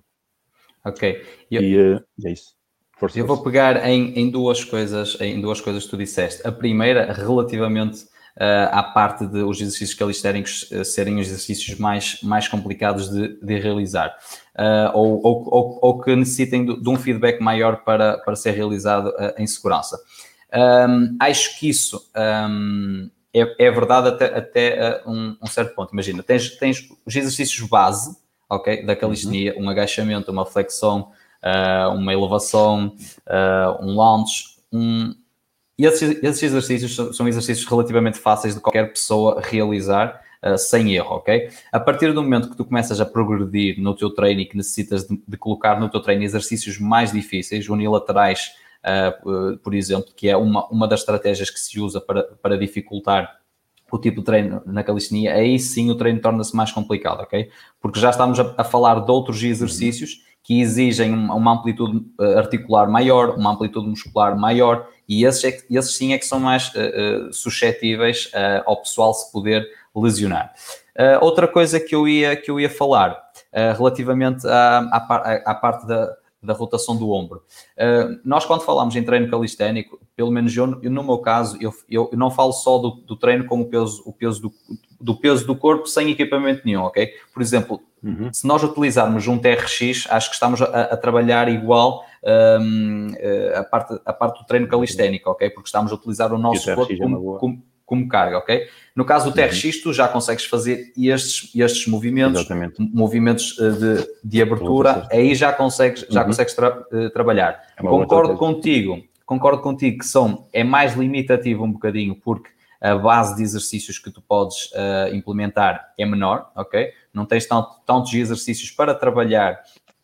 Ok. Eu, e uh, é isso. Força, eu força. Vou pegar em, em, duas coisas, em duas coisas que tu disseste. A primeira, relativamente uh, à parte de os exercícios calisténicos uh, serem os exercícios mais, mais complicados de, de realizar. Uh, ou, ou, ou, ou que necessitem de, de um feedback maior para, para ser realizado uh, em segurança. Um, acho que isso um, é, é verdade até, até uh, um, um certo ponto. Imagina, tens, tens os exercícios base, okay, da calistenia, uhum. um agachamento, uma flexão, uh, uma elevação, uh, um lunge. Um, e esses, esses exercícios são, são exercícios relativamente fáceis de qualquer pessoa realizar, Uh, sem erro, ok? A partir do momento que tu começas a progredir no teu treino e que necessitas de, de colocar no teu treino exercícios mais difíceis, unilaterais, uh, por exemplo, que é uma, uma das estratégias que se usa para, para dificultar o tipo de treino na calistenia, aí sim o treino torna-se mais complicado, ok? Porque já estamos a, a falar de outros exercícios que exigem uma, uma amplitude articular maior, uma amplitude muscular maior, e esses, é, esses sim é que são mais uh, uh, suscetíveis uh, ao pessoal se poder lesionar. Uh, outra coisa que eu ia, que eu ia falar uh, relativamente à, à, à parte da, da rotação do ombro. Uh, nós, quando falamos em treino calisténico, pelo menos eu, eu no meu caso, eu, eu não falo só do, do treino com o peso, o peso do, do peso do corpo sem equipamento nenhum, ok? Por exemplo, uhum. se nós utilizarmos um T R X, acho que estamos a, a trabalhar igual um, a, parte, a parte do treino calisténico, ok? Porque estamos a utilizar o nosso o corpo como, como, como carga, ok? No caso do T R X, tu já consegues fazer estes, estes movimentos, Exatamente. movimentos de, de abertura, aí já consegues, já uhum. consegues tra, uh, trabalhar. É concordo contigo, concordo contigo que são, é mais limitativo um bocadinho, porque a base de exercícios que tu podes uh, implementar é menor, ok? Não tens tanto, tantos exercícios para trabalhar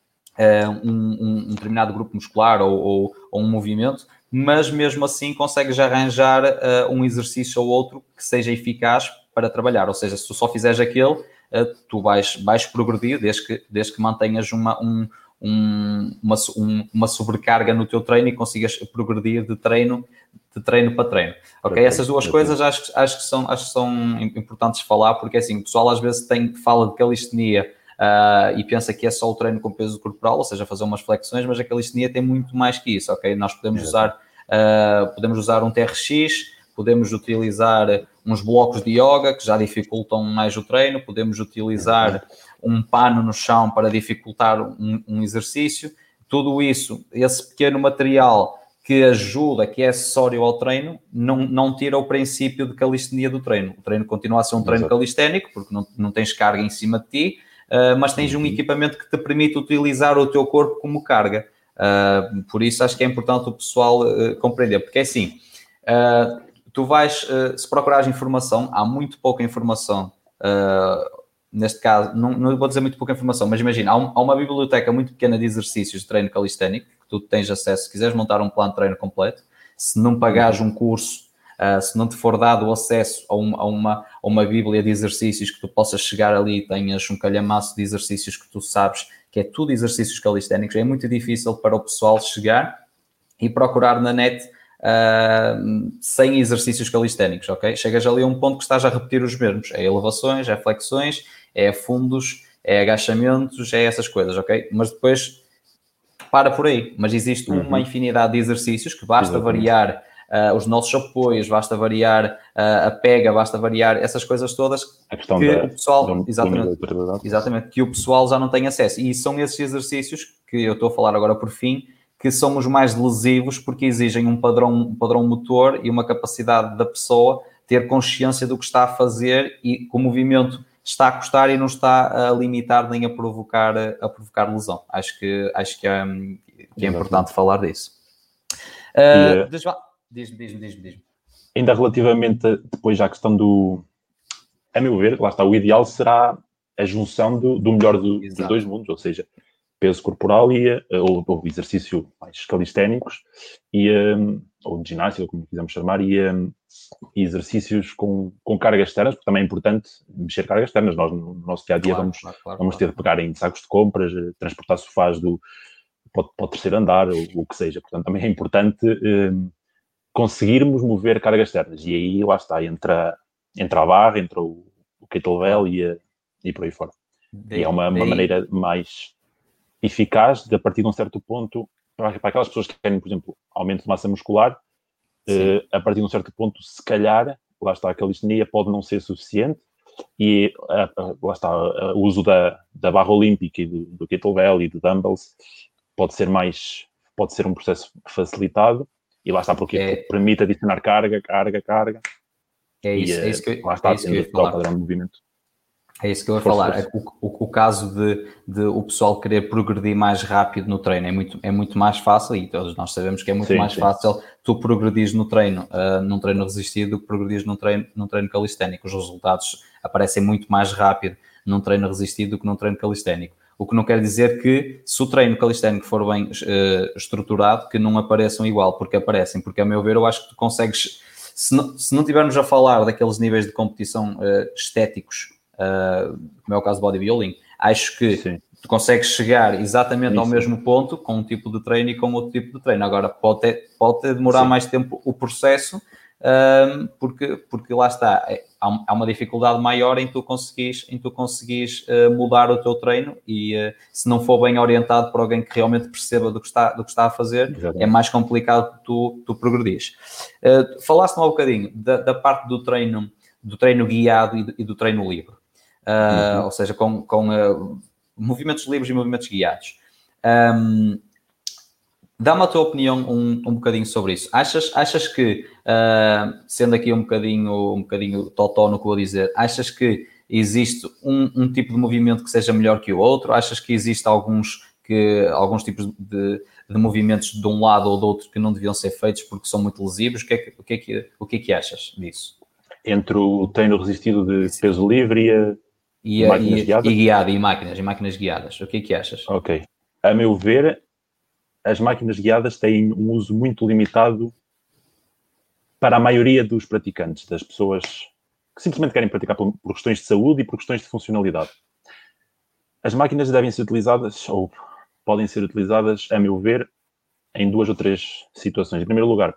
uh, um, um, um determinado grupo muscular ou, ou, ou um movimento, mas mesmo assim consegues arranjar uh, um exercício ou outro que seja eficaz para trabalhar. Ou seja, se tu só fizeres aquele, uh, tu vais, vais progredir desde que, desde que mantenhas uma, um, um, uma, um, uma sobrecarga no teu treino e consigas progredir de treino, de treino para treino. Ok? Okay. Essas duas okay. coisas acho, acho, que são, acho que são importantes falar, porque assim, o pessoal às vezes tem, fala de calistenia uh, e pensa que é só o treino com peso corporal, ou seja, fazer umas flexões, mas a calistenia tem muito mais que isso, ok? Nós podemos, usar, uh, podemos usar um T R X, podemos utilizar uns blocos de yoga que já dificultam mais o treino, podemos utilizar um pano no chão para dificultar um, um exercício. Tudo isso, esse pequeno material que ajuda, que é acessório ao treino, não, não tira o princípio de calistenia do treino. O treino continua a ser um treino Exato. Calisténico, porque não, não tens carga em cima de ti, uh, mas tens um equipamento que te permite utilizar o teu corpo como carga. Uh, por isso acho que é importante o pessoal uh, compreender, porque é assim, uh, tu vais, uh, se procurares informação, há muito pouca informação, uh, neste caso, não, não vou dizer muito pouca informação, mas imagina, há, um, há uma biblioteca muito pequena de exercícios de treino calisténico, que tu tens acesso, se quiseres montar um plano de treino completo, se não pagares um curso, uh, se não te for dado o acesso a, um, a, uma, a uma bíblia de exercícios que tu possas chegar ali e tenhas um calhamaço de exercícios que tu sabes que é tudo exercícios calisténicos, é muito difícil para o pessoal chegar e procurar na net Uh, sem exercícios calisténicos, ok? Chegas ali a um ponto que estás a repetir os mesmos, é elevações, é flexões, é fundos, é agachamentos, é essas coisas, ok? Mas depois para por aí, mas existe uhum. uma infinidade de exercícios que basta Exatamente. variar uh, os nossos apoios, basta variar uh, a pega, basta variar essas coisas todas a questão que da, o pessoal, do, exatamente, do exatamente, que o pessoal já não tem acesso, e são esses exercícios que eu estou a falar agora por fim, que são os mais lesivos porque exigem um padrão, um padrão motor e uma capacidade da pessoa ter consciência do que está a fazer e que o movimento está a custar e não está a limitar nem a provocar, a provocar lesão. Acho que, acho que, é, que é importante falar disso. Uh, diz-me, diz-me, diz-me, diz-me. Ainda relativamente depois à questão do... A meu ver, lá está, o ideal será a junção do, do melhor do, dos dois mundos, ou seja, peso corporal e, ou, ou exercício mais calisténicos, e, um, ou de ginástica, como quisermos chamar, e, um, e exercícios com, com cargas externas, porque também é importante mexer cargas externas. Nós, no nosso dia-a-dia, claro, vamos, claro, claro, vamos ter de pegar em sacos de compras, transportar sofás do, para, para o terceiro andar, ou o que seja. Portanto, também é importante um, conseguirmos mover cargas externas. E aí, lá está, entra, entra a barra, entra o, o kettlebell e, a, e por aí fora. Daí, e é uma, uma maneira mais eficaz de, a partir de um certo ponto, para, para aquelas pessoas que querem, por exemplo, aumento de massa muscular, eh, a partir de um certo ponto, se calhar, lá está, a calistenia pode não ser suficiente e a, a, lá está, a, o uso da, da barra olímpica e do, do kettlebell e do dumbbells pode ser mais, pode ser um processo facilitado e lá está, porque é, permite adicionar carga, carga, carga. É isso, e, é isso que, lá está, é isso que eu ia falar. O padrão de movimento. É isso que eu ia falar. É o, o, o caso de, de o pessoal querer progredir mais rápido no treino é muito, é muito mais fácil, e todos nós sabemos que é muito sim, mais sim. fácil tu progredires no treino, uh, num treino resistido, do que progredires num treino, num treino calisténico. Os resultados aparecem muito mais rápido num treino resistido do que num treino calisténico. O que não quer dizer que, se o treino calisténico for bem uh, estruturado, que não apareçam igual, porque aparecem. Porque, a meu ver, eu acho que tu consegues, se não, se não tivermos a falar daqueles níveis de competição uh, estéticos, Uh, como é o caso do bodybuilding, acho que Sim. tu consegues chegar exatamente Sim. ao mesmo ponto com um tipo de treino e com outro tipo de treino. Agora, pode, ter, pode ter demorar Sim. mais tempo o processo, uh, porque, porque lá está, é, há uma dificuldade maior em tu conseguires, em tu conseguires uh, mudar o teu treino e uh, se não for bem orientado por alguém que realmente perceba do que está, do que está a fazer, Exatamente. é mais complicado tu, tu progredires. Uh, falaste-me há um bocadinho da, da parte do treino, do treino guiado e do, e do treino livre. Uh, uhum. Ou seja, com, com uh, movimentos livres e movimentos guiados. Um, dá-me a tua opinião um, um bocadinho sobre isso. Achas, achas que, uh, sendo aqui um bocadinho, um bocadinho totó no que vou dizer, achas que existe um, um tipo de movimento que seja melhor que o outro? Achas que existe alguns, que, alguns tipos de, de movimentos de um lado ou do outro que não deviam ser feitos porque são muito lesivos? O que é que, o que, é que, o que, é que achas disso? Entre o treino resistido de peso livre e a E, e, e guiado, e máquinas, e máquinas guiadas. O que é que achas? Ok. A meu ver, as máquinas guiadas têm um uso muito limitado para a maioria dos praticantes, das pessoas que simplesmente querem praticar por, por questões de saúde e por questões de funcionalidade. As máquinas devem ser utilizadas, ou podem ser utilizadas, a meu ver, em duas ou três situações. Em primeiro lugar,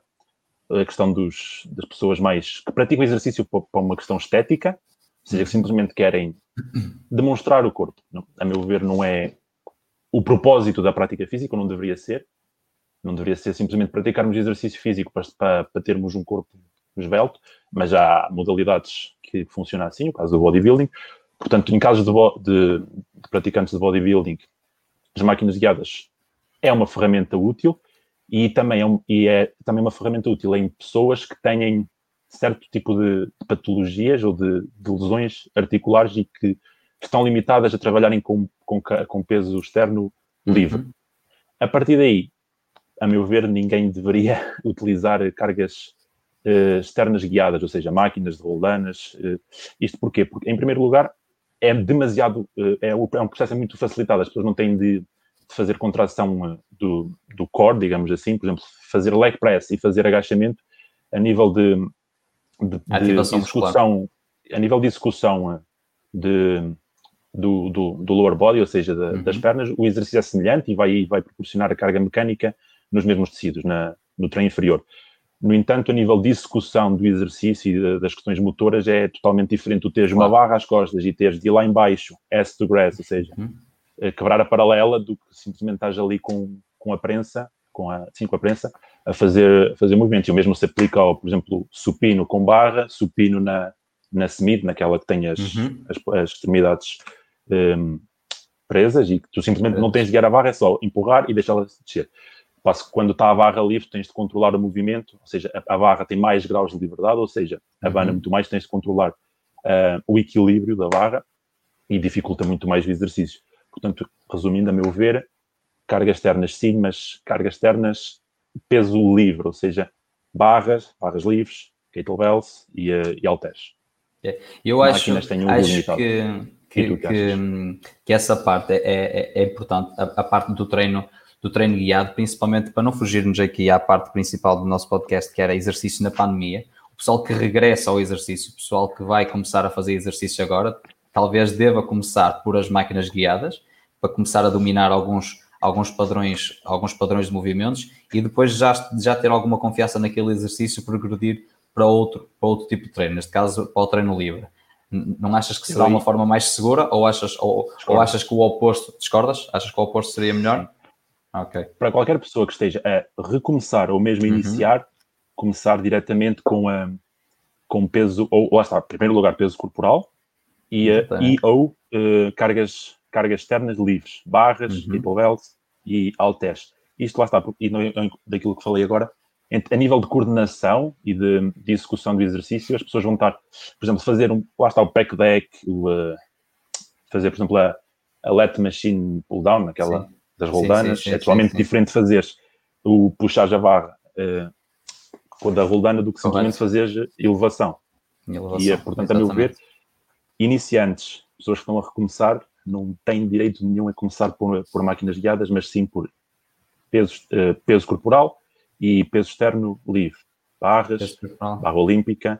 a questão dos, das pessoas mais que praticam exercício para uma questão estética, ou seja, que simplesmente querem demonstrar o corpo. Não, a meu ver, não é o propósito da prática física, não deveria ser. Não deveria ser simplesmente praticarmos exercício físico para, para, para termos um corpo esbelto, mas há modalidades que funcionam assim, no caso do bodybuilding. Portanto, em casos de, de, de praticantes de bodybuilding, as máquinas guiadas é uma ferramenta útil e também é, um, e é também uma ferramenta útil em pessoas que têm certo tipo de patologias ou de, de lesões articulares e que estão limitadas a trabalharem com, com, com peso externo livre. Uhum. A partir daí, a meu ver, ninguém deveria utilizar cargas uh, externas guiadas, ou seja, máquinas de roldanas. Uh, isto porquê? Porque, em primeiro lugar, é demasiado, uh, é, é um processo muito facilitado. As pessoas não têm de, de fazer contração uh, do, do core, digamos assim. Por exemplo, fazer leg press e fazer agachamento a nível de, de, de execução, muscular. a nível de execução uh, de, do, do, do lower body, ou seja, da, uhum. das pernas, o exercício é semelhante e vai, vai proporcionar a carga mecânica nos mesmos tecidos, na, no treino inferior. No entanto, a nível de execução do exercício e de, das questões motoras é totalmente diferente. Tu teres claro. uma barra às costas e teres de ir lá em baixo, ass to grass, ou seja, uhum. quebrar a paralela do que simplesmente estás ali com, com a prensa, com a, sim, com a prensa, a fazer, a fazer movimentos. E o mesmo se aplica ao, por exemplo, supino com barra, supino na, na semid, naquela que tem as, uhum. as, as extremidades um, presas e que tu simplesmente não tens de guiar a barra, é só empurrar e deixá-la descer. Passo que quando está a barra livre tens de controlar o movimento, ou seja, a, a barra tem mais graus de liberdade, ou seja, abana uhum. muito mais, tens de controlar uh, o equilíbrio da barra e dificulta muito mais o exercício. Portanto, resumindo, a meu ver, cargas externas sim, mas cargas externas peso livre, ou seja, barras, barras livres, kettlebells e, uh, e halteres. É. Eu acho, um acho que, que, que, que essa parte é, é, é importante, a, a parte do treino do treino guiado, principalmente para não fugirmos aqui à parte principal do nosso podcast, que era exercício na pandemia. O pessoal que regressa ao exercício, o pessoal que vai começar a fazer exercício agora, talvez deva começar por as máquinas guiadas, para começar a dominar alguns, alguns, padrões, alguns padrões de movimentos e depois já, já ter alguma confiança naquele exercício, progredir para outro, para outro tipo de treino, neste caso para o treino livre. Não achas que será uma forma mais segura ou achas, ou, ou achas que o oposto, discordas? Achas que o oposto seria melhor? Okay. Para qualquer pessoa que esteja a recomeçar ou mesmo a iniciar, uhum. começar diretamente com, a, com peso, ou lá está, em primeiro lugar, peso corporal e, a, e ou uh, cargas, cargas externas livres, barras, uhum. kettlebells e halteres. Isto lá está, e não, daquilo que falei agora, a nível de coordenação e de, de execução do exercício, as pessoas vão estar, por exemplo, fazer um, lá está o pack deck, o, uh, fazer, por exemplo, a, a lat machine pull down, aquela... Sim. das roldanas, sim, sim, sim, é totalmente sim, sim. diferente de fazeres o puxar a barra uh, com a da roldana do que simplesmente fazeres elevação. elevação. E, portanto, exatamente. A meu ver, iniciantes, pessoas que estão a recomeçar, não têm direito nenhum a começar por, por máquinas guiadas, mas sim por peso, uh, peso corporal e peso externo livre. Barras, barra olímpica,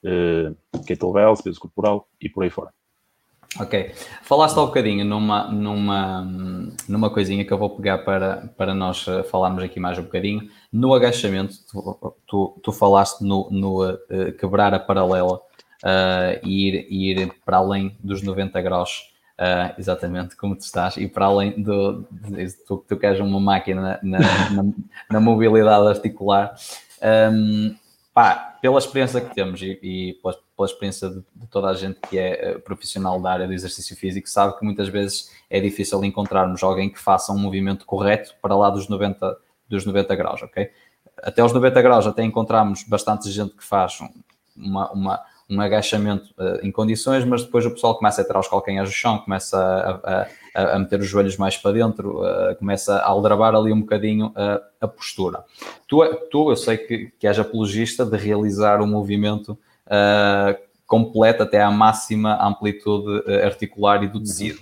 uh, kettlebells, peso corporal e por aí fora. Ok. Falaste há um bocadinho numa, numa, numa coisinha que eu vou pegar para, para nós falarmos aqui mais um bocadinho. No agachamento, tu, tu, tu falaste no, no uh, quebrar a paralela uh, e ir, ir para além dos noventa graus, uh, exatamente como tu estás, e para além do... de, tu, tu queres uma máquina na, na, na mobilidade articular. Um, pá, pela experiência que temos e, e pela, pela experiência de, de toda a gente que é uh, profissional da área do exercício físico, sabe que muitas vezes é difícil encontrarmos alguém que faça um movimento correto para lá dos noventa, dos noventa graus, ok? Até aos noventa graus até encontramos bastante gente que faz uma, uma, um agachamento uh, em condições, mas depois o pessoal começa a tirar os calcanhares do chão, começa a, a, a meter os joelhos mais para dentro, uh, começa a aldrabar ali um bocadinho uh, a postura. Tu, tu, eu sei que, que és apologista de realizar um movimento uh, completo até à máxima amplitude uh, articular e do tecido.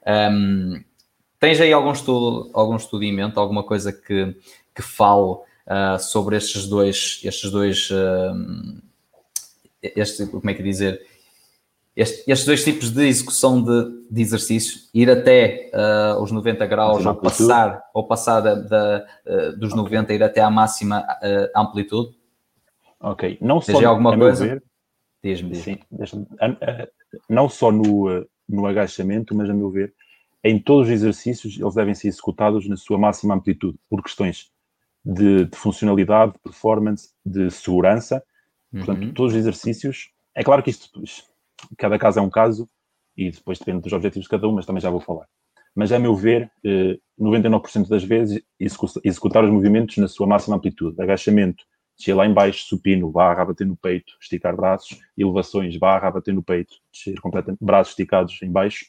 Um, tens aí algum estudo, algum estudo em mente, alguma coisa que, que fale uh, sobre estes dois, estes dois uh, este, como é que dizer, este, estes dois tipos de execução de, de exercícios, ir até uh, os noventa graus ou passar, ou passar da, da, uh, dos okay. noventa, ir até à máxima uh, amplitude. Ok, não só, Desde alguma a coisa? Meu ver, diz-me, diz-me. Sim, deixa-me, não só no, no agachamento, mas a meu ver, em todos os exercícios eles devem ser executados na sua máxima amplitude, por questões de, de funcionalidade, de performance, de segurança. Uhum. Portanto, todos os exercícios, é claro que isto, cada caso é um caso, e depois depende dos objetivos de cada um, mas também já vou falar. Mas, a meu ver, noventa e nove por cento das vezes, executar os movimentos na sua máxima amplitude. Agachamento, descer lá em baixo, supino, barra, bater no peito, esticar braços, elevações, barra, bater no peito, descer completamente, braços esticados em baixo.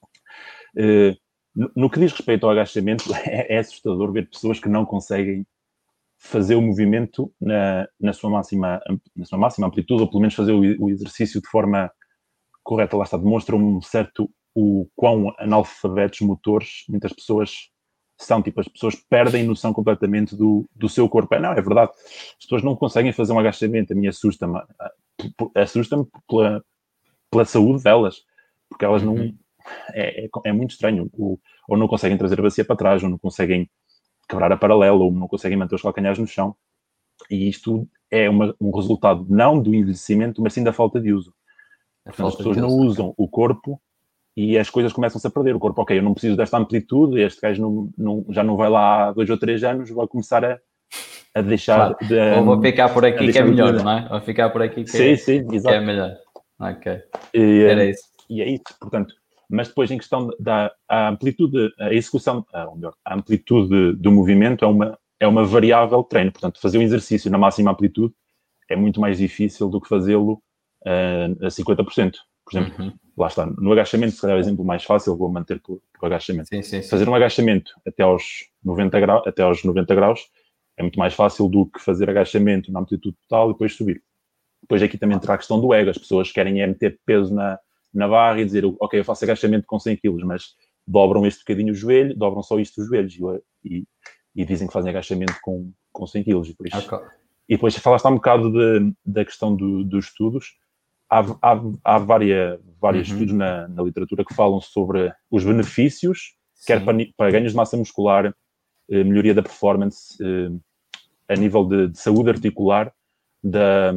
No, no que diz respeito ao agachamento, é, é assustador ver pessoas que não conseguem fazer o movimento na, na, sua, máxima, na sua máxima amplitude, ou pelo menos fazer o, o exercício de forma correta. Lá está, demonstra um certo o quão analfabetos motores muitas pessoas são. Tipo, as pessoas perdem noção completamente do, do seu corpo. É, não, é verdade. As pessoas não conseguem fazer um agachamento. A mim assusta-me. Assusta-me pela, pela saúde delas. Porque elas não... Uhum. É, é, é muito estranho. Ou, ou não conseguem trazer a bacia para trás, ou não conseguem quebrar a paralela, ou não conseguem manter os calcanhares no chão. E isto é uma, um resultado não do envelhecimento, mas sim da falta de uso. Portanto, as pessoas não usam o corpo e as coisas começam-se a perder. O corpo, ok, eu não preciso desta amplitude, este gajo não, não, já não vai lá há dois ou três anos, vai começar a, a deixar... Claro. De, ou vou ficar por aqui que é melhor, não é? Vou ficar por aqui que, sim, é, sim, que é melhor. Ok, e, era isso. E é isso, portanto... Mas depois, em questão da a amplitude, a execução, ou melhor, a amplitude do movimento é uma, é uma variável de treino. Portanto, fazer um exercício na máxima amplitude é muito mais difícil do que fazê-lo uh, a cinquenta por cento. Por exemplo, uhum. lá está, no agachamento, se calhar é o exemplo mais fácil, vou manter por, por agachamento. Sim, sim, sim. Fazer um agachamento até aos, noventa graus, até aos noventa graus é muito mais fácil do que fazer agachamento na amplitude total e depois subir. Depois aqui também entra a questão do ego. As pessoas querem é meter peso na, na barra e dizer, ok, eu faço agachamento com cem quilos, mas dobram este bocadinho o joelho, dobram só isto os joelhos e, e dizem que fazem agachamento com, com cem quilos. E depois, okay. e depois falaste um bocado de, da questão do, dos estudos. Há, há, há várias, vários uhum. estudos na, na literatura que falam sobre os benefícios, Sim. quer para, para ganhos de massa muscular, eh, melhoria da performance, eh, a nível de, de saúde articular, da,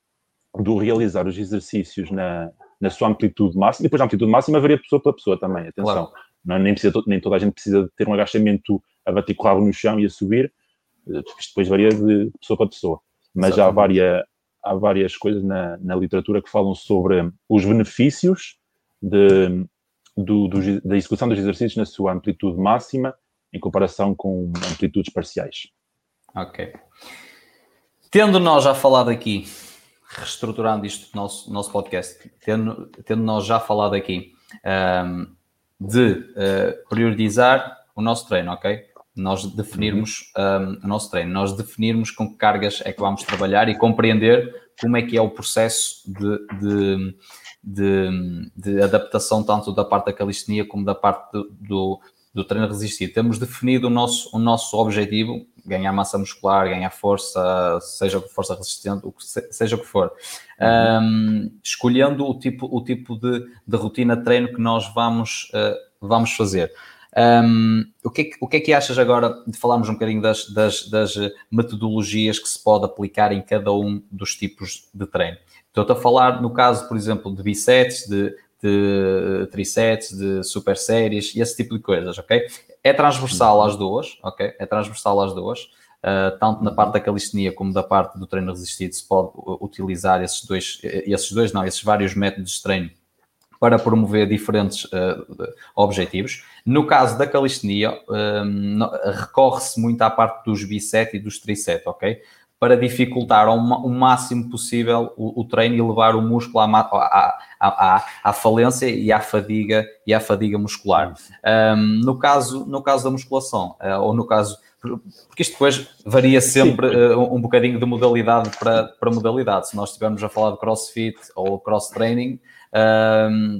do realizar os exercícios na, na sua amplitude máxima. E depois a amplitude máxima varia pessoa para pessoa também, atenção. Claro. Não, nem, precisa, nem toda a gente precisa de ter um agachamento a bater com o rabo no chão e a subir. Isto depois varia de pessoa para pessoa. Mas já há várias... Há várias coisas na, na literatura que falam sobre os benefícios de, do, do, da execução dos exercícios na sua amplitude máxima em comparação com amplitudes parciais. Ok. Tendo nós já falado aqui, reestruturando isto do nosso, nosso podcast, tendo, tendo nós já falado aqui um, de uh, priorizar o nosso treino, ok? Nós definirmos um, o nosso treino, nós definirmos com que cargas é que vamos trabalhar e compreender como é que é o processo de, de, de, de adaptação tanto da parte da calistenia como da parte do, do, do treino resistido. Temos definido o nosso, o nosso objetivo, ganhar massa muscular, ganhar força, seja força resistente, o que seja o que for. Um, escolhendo o tipo, o tipo de, de rotina de treino que nós vamos, uh, vamos fazer. Um, o, que é que, o que é que achas agora de falarmos um bocadinho das, das, das metodologias que se pode aplicar em cada um dos tipos de treino? Estou-te a falar no caso, por exemplo, de bisets, de, de trisets, de super séries e esse tipo de coisas, ok? É transversal às duas, ok? É transversal às duas, uh, tanto na parte da calistenia como da parte do treino resistido se pode utilizar esses dois, esses dois não, esses vários métodos de treino para promover diferentes uh, objetivos. No caso da calistenia, um, recorre-se muito à parte dos bicep e dos tricep, ok? Para dificultar ao o máximo possível o, o treino e levar o músculo à, à, à, à falência e à fadiga, e à fadiga muscular. Um, no, caso, no caso da musculação, uh, ou no caso... Porque isto depois varia sempre uh, um bocadinho de modalidade para, para modalidade. Se nós estivermos a falar de crossfit ou cross-training, um,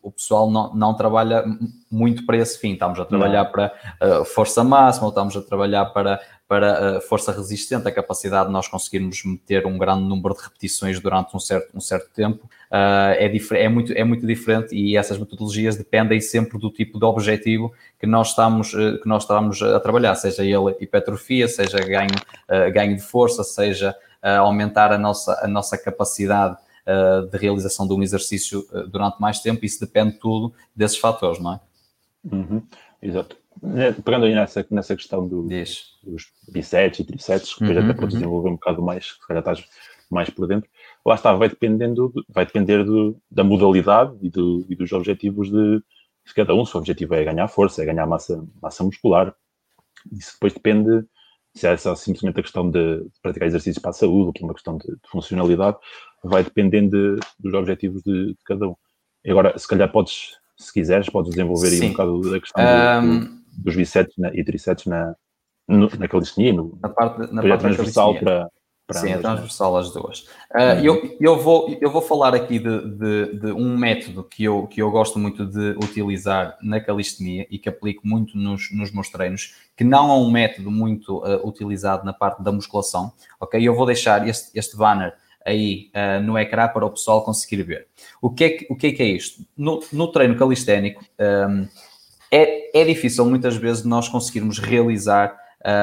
o pessoal não, não trabalha muito para esse fim. Estamos a trabalhar não. para uh, força máxima, ou estamos a trabalhar para, para uh, força resistente, a capacidade de nós conseguirmos meter um grande número de repetições durante um certo, um certo tempo. Uh, é, é, muito, é muito diferente, e essas metodologias dependem sempre do tipo de objetivo que nós estamos, uh, que nós estamos a trabalhar, seja ele hipertrofia, seja ganho, uh, ganho de força, seja uh, aumentar a nossa, a nossa capacidade uh, de realização de um exercício uh, durante mais tempo. Isso depende tudo desses fatores, não é? Uhum, exato. Pegando aí nessa, nessa questão do, dos bíceps e tríceps, que depois uhum, até podes uhum. desenvolver um bocado mais, se calhar estás mais por dentro, lá está, vai, dependendo, vai depender do, da modalidade e, do, e dos objetivos de, de cada um. Se o objetivo é ganhar força, é ganhar massa, massa muscular, isso depois depende se é só simplesmente a questão de, de praticar exercícios para a saúde ou por uma questão de, de funcionalidade, vai dependendo de, dos objetivos de, de cada um. E agora, se calhar podes, se quiseres, podes desenvolver aí um bocado da questão um... do, do, dos bíceps e tríceps na, no, na calistenia, no, na parte, na parte transversal para... Sim, é transversal as duas. Uh, uhum. eu, eu, vou, eu vou falar aqui de, de, de um método que eu, que eu gosto muito de utilizar na calistenia e que aplico muito nos, nos meus treinos, que não é um método muito uh, utilizado na parte da musculação, ok? Eu vou deixar este, este banner aí uh, no ecrã para o pessoal conseguir ver. O que é que, o que, é, que é isto? No, no treino calisténico, um, é, é difícil muitas vezes nós conseguirmos realizar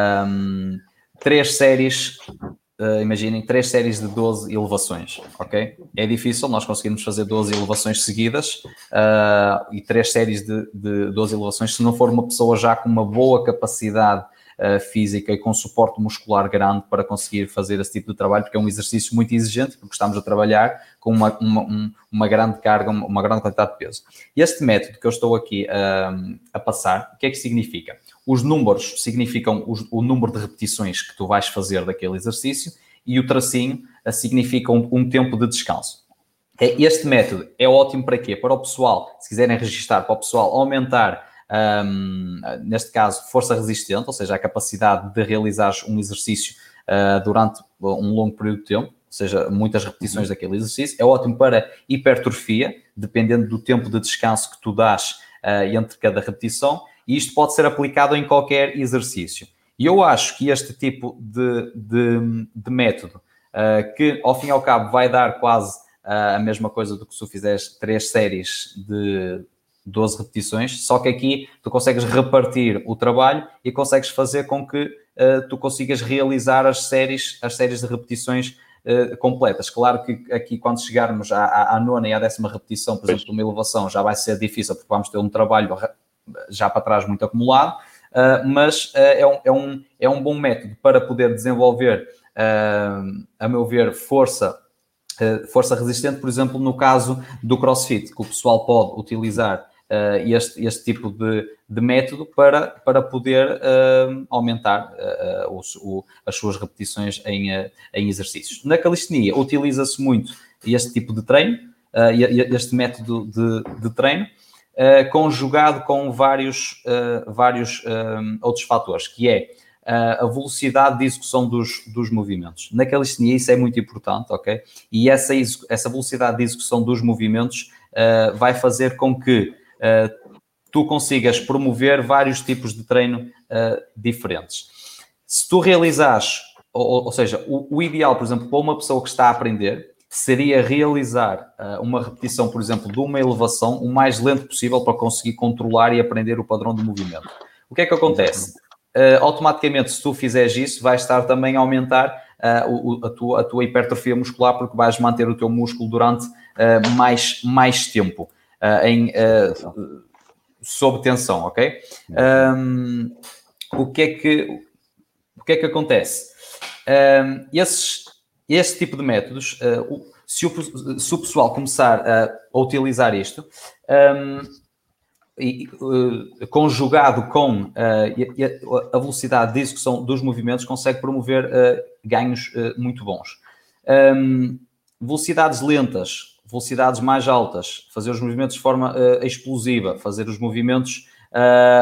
um, três séries... Uh, imaginem, três séries de doze elevações, ok? É difícil nós conseguirmos fazer doze elevações seguidas uh, e três séries de, de doze elevações se não for uma pessoa já com uma boa capacidade uh, física e com suporte muscular grande para conseguir fazer esse tipo de trabalho, porque é um exercício muito exigente, porque estamos a trabalhar com uma, uma, um, uma grande carga, uma, uma grande quantidade de peso. Este método que eu estou aqui uh, a passar, o que é que significa? Os números significam os, o número de repetições que tu vais fazer daquele exercício e o tracinho significa um, um tempo de descanso. Este método é ótimo para quê? Para o pessoal, se quiserem registrar, para o pessoal aumentar, um, neste caso, força resistente, ou seja, a capacidade de realizar um exercício uh, durante um longo período de tempo, ou seja, muitas repetições daquele exercício. É ótimo para hipertrofia, dependendo do tempo de descanso que tu dás uh, entre cada repetição. E isto pode ser aplicado em qualquer exercício. E eu acho que este tipo de, de, de método, uh, que ao fim e ao cabo vai dar quase uh, a mesma coisa do que se tu fizeres três séries de doze repetições, só que aqui tu consegues repartir o trabalho e consegues fazer com que uh, tu consigas realizar as séries, as séries de repetições uh, completas. Claro que aqui quando chegarmos à, à, à nona e à décima repetição, por exemplo, de uma elevação, já vai ser difícil porque vamos ter um trabalho já para trás muito acumulado, uh, mas uh, é, um, é, um, é um bom método para poder desenvolver, uh, a meu ver, força, uh, força resistente, por exemplo, no caso do CrossFit, que o pessoal pode utilizar uh, este, este tipo de, de método para, para poder uh, aumentar uh, o, o, as suas repetições em, uh, em exercícios. Na calistenia utiliza-se muito este tipo de treino, uh, este método de, de treino, Uh, conjugado com vários, uh, vários uh, outros fatores, que é uh, a velocidade de execução dos, dos movimentos. Na calistenia isso é muito importante, ok? E essa, essa velocidade de execução dos movimentos uh, vai fazer com que uh, tu consigas promover vários tipos de treino uh, diferentes. Se tu realizares, ou, ou seja, o, o ideal, por exemplo, para uma pessoa que está a aprender, seria realizar uh, uma repetição, por exemplo, de uma elevação o mais lento possível para conseguir controlar e aprender o padrão de movimento. O que é que acontece? Uh, automaticamente, se tu fizeres isso, vais estar também a aumentar uh, o, a, tua, a tua hipertrofia muscular, porque vais manter o teu músculo durante uh, mais, mais tempo uh, em, uh, sob tensão, ok? Um, o, que é que, o que é que acontece? Um, esses... Este tipo de métodos, uh, se, o, se o pessoal começar a, a utilizar isto, um, e, uh, conjugado com uh, a velocidade de execução dos movimentos, consegue promover uh, ganhos uh, muito bons. Um, velocidades lentas, velocidades mais altas, fazer os movimentos de forma uh, explosiva, fazer os movimentos uh,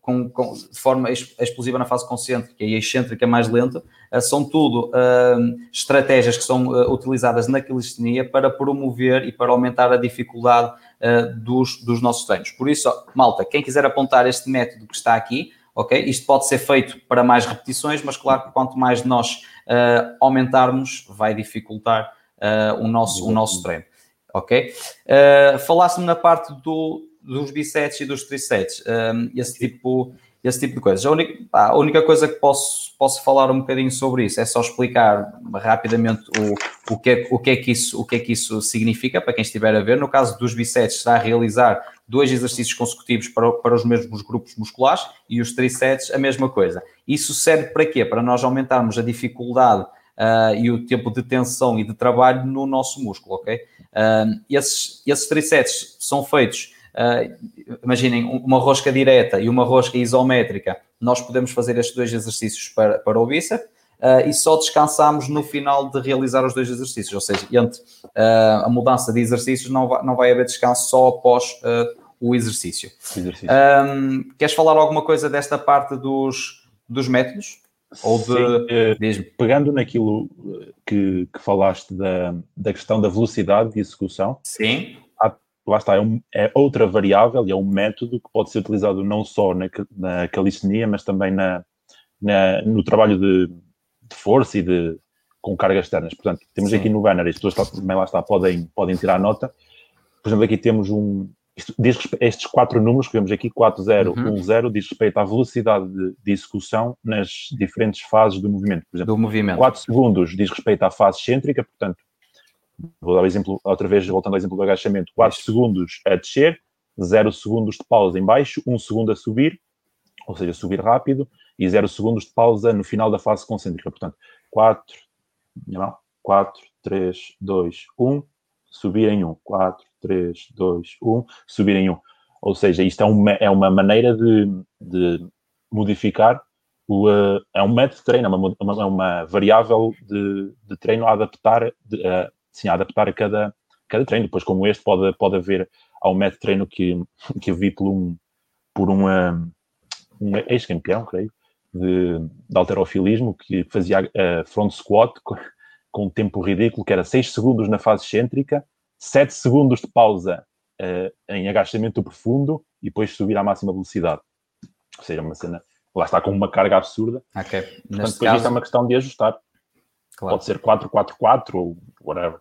com, com, de forma explosiva na fase concêntrica e excêntrica mais lenta, uh, são tudo uh, estratégias que são uh, utilizadas na calistenia para promover e para aumentar a dificuldade uh, dos, dos nossos treinos. Por isso, malta, quem quiser apontar este método que está aqui, ok? Isto pode ser feito para mais repetições, mas claro que quanto mais nós uh, aumentarmos, vai dificultar uh, o, nosso, o nosso treino, ok? Uh, Falasse-me na parte do, dos bíceps e dos tríceps, um, esse, tipo, esse tipo de coisas. A única, pá, a única coisa que posso, posso falar um bocadinho sobre isso é só explicar rapidamente o, o, que é, o, que é que isso, o que é que isso significa para quem estiver a ver. No caso dos bíceps, será realizar dois exercícios consecutivos para, para os mesmos grupos musculares e os tríceps a mesma coisa. Isso serve para quê? Para nós aumentarmos a dificuldade uh, e o tempo de tensão e de trabalho no nosso músculo, ok? Uh, esses, esses tríceps são feitos, uh, imaginem, uma rosca direta e uma rosca isométrica. Nós podemos fazer estes dois exercícios para, para o bíceps. Uh, e só descansamos no final de realizar os dois exercícios, ou seja, entre uh, a mudança de exercícios não vai, não vai haver descanso só após uh, o exercício. exercício. Um, queres falar alguma coisa desta parte dos, dos métodos? Ou de... Sim, uh, pegando naquilo que, que falaste da, da questão da velocidade de execução, sim. Há, lá está, é, um, é outra variável e é um método que pode ser utilizado não só na, na calistenia, mas também na, na, no trabalho de de força e de, com cargas externas. Portanto, temos Sim. aqui no banner, as pessoas também lá está, podem, podem tirar nota. Por exemplo, aqui temos um... Isto, diz, estes quatro números que vemos aqui, quatro zero um zero, uhum. diz respeito à velocidade de, de execução nas diferentes fases do movimento. Por exemplo, do movimento. quatro segundos diz respeito à fase excêntrica, portanto, vou dar o exemplo, outra vez, voltando ao exemplo do agachamento, quatro Isso. segundos a descer, zero segundos de pausa em baixo, um segundo a subir, ou seja, subir rápido, e zero segundos de pausa no final da fase concêntrica. Portanto, quatro, não, quatro, três, dois, um, subir em um. quatro, três, dois, um, subir em um. Ou seja, isto é uma, é uma maneira de, de modificar, o, uh, é um método de treino, é uma, uma, uma variável de, de treino a adaptar, de, uh, sim, a adaptar a cada, cada treino. Depois, como este, pode, pode haver, há um método de treino que, que eu vi por um, por um, um, um ex-campeão, creio, de, de halterofilismo, que fazia uh, front squat com, com um tempo ridículo, que era seis segundos na fase excêntrica, sete segundos de pausa uh, em agachamento profundo e depois subir à máxima velocidade. Ou seja, uma cena, lá está, com uma carga absurda. Ok. Portanto, Neste depois caso... isto é uma questão de ajustar. Claro. Pode ser quatro quatro quatro ou whatever.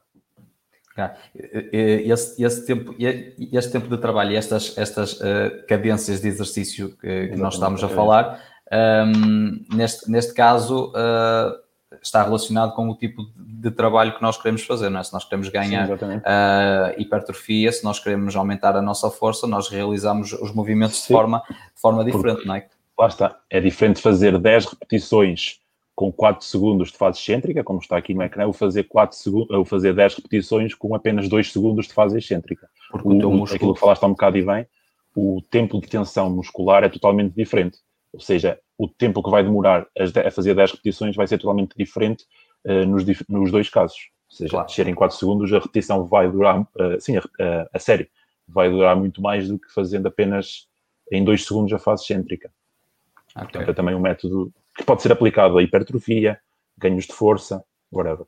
Esse, esse, tempo, esse tempo de trabalho e estas, estas uh, cadências de exercício que, que nós estamos a falar, um, neste, neste caso, uh, está relacionado com o tipo de trabalho que nós queremos fazer, não é? Se nós queremos ganhar Sim, uh, hipertrofia, se nós queremos aumentar a nossa força, nós realizamos os movimentos de forma, de forma diferente, Porque, não é? Lá está. É diferente fazer dez repetições com quatro segundos de fase excêntrica, como está aqui no ecrã, ou fazer, quatro segundos, ou fazer dez repetições com apenas dois segundos de fase excêntrica. Porque o, o teu músculo... Aquilo que falaste há um bocado e bem, o tempo de tensão muscular é totalmente diferente. Ou seja, o tempo que vai demorar a fazer dez repetições vai ser totalmente diferente uh, nos, nos dois casos. Ou seja, claro. Descer em quatro segundos, a repetição vai durar, uh, sim, a, a, a série vai durar muito mais do que fazendo apenas em dois segundos a fase excêntrica. Okay. Portanto, é também um método que pode ser aplicado a hipertrofia, ganhos de força, whatever.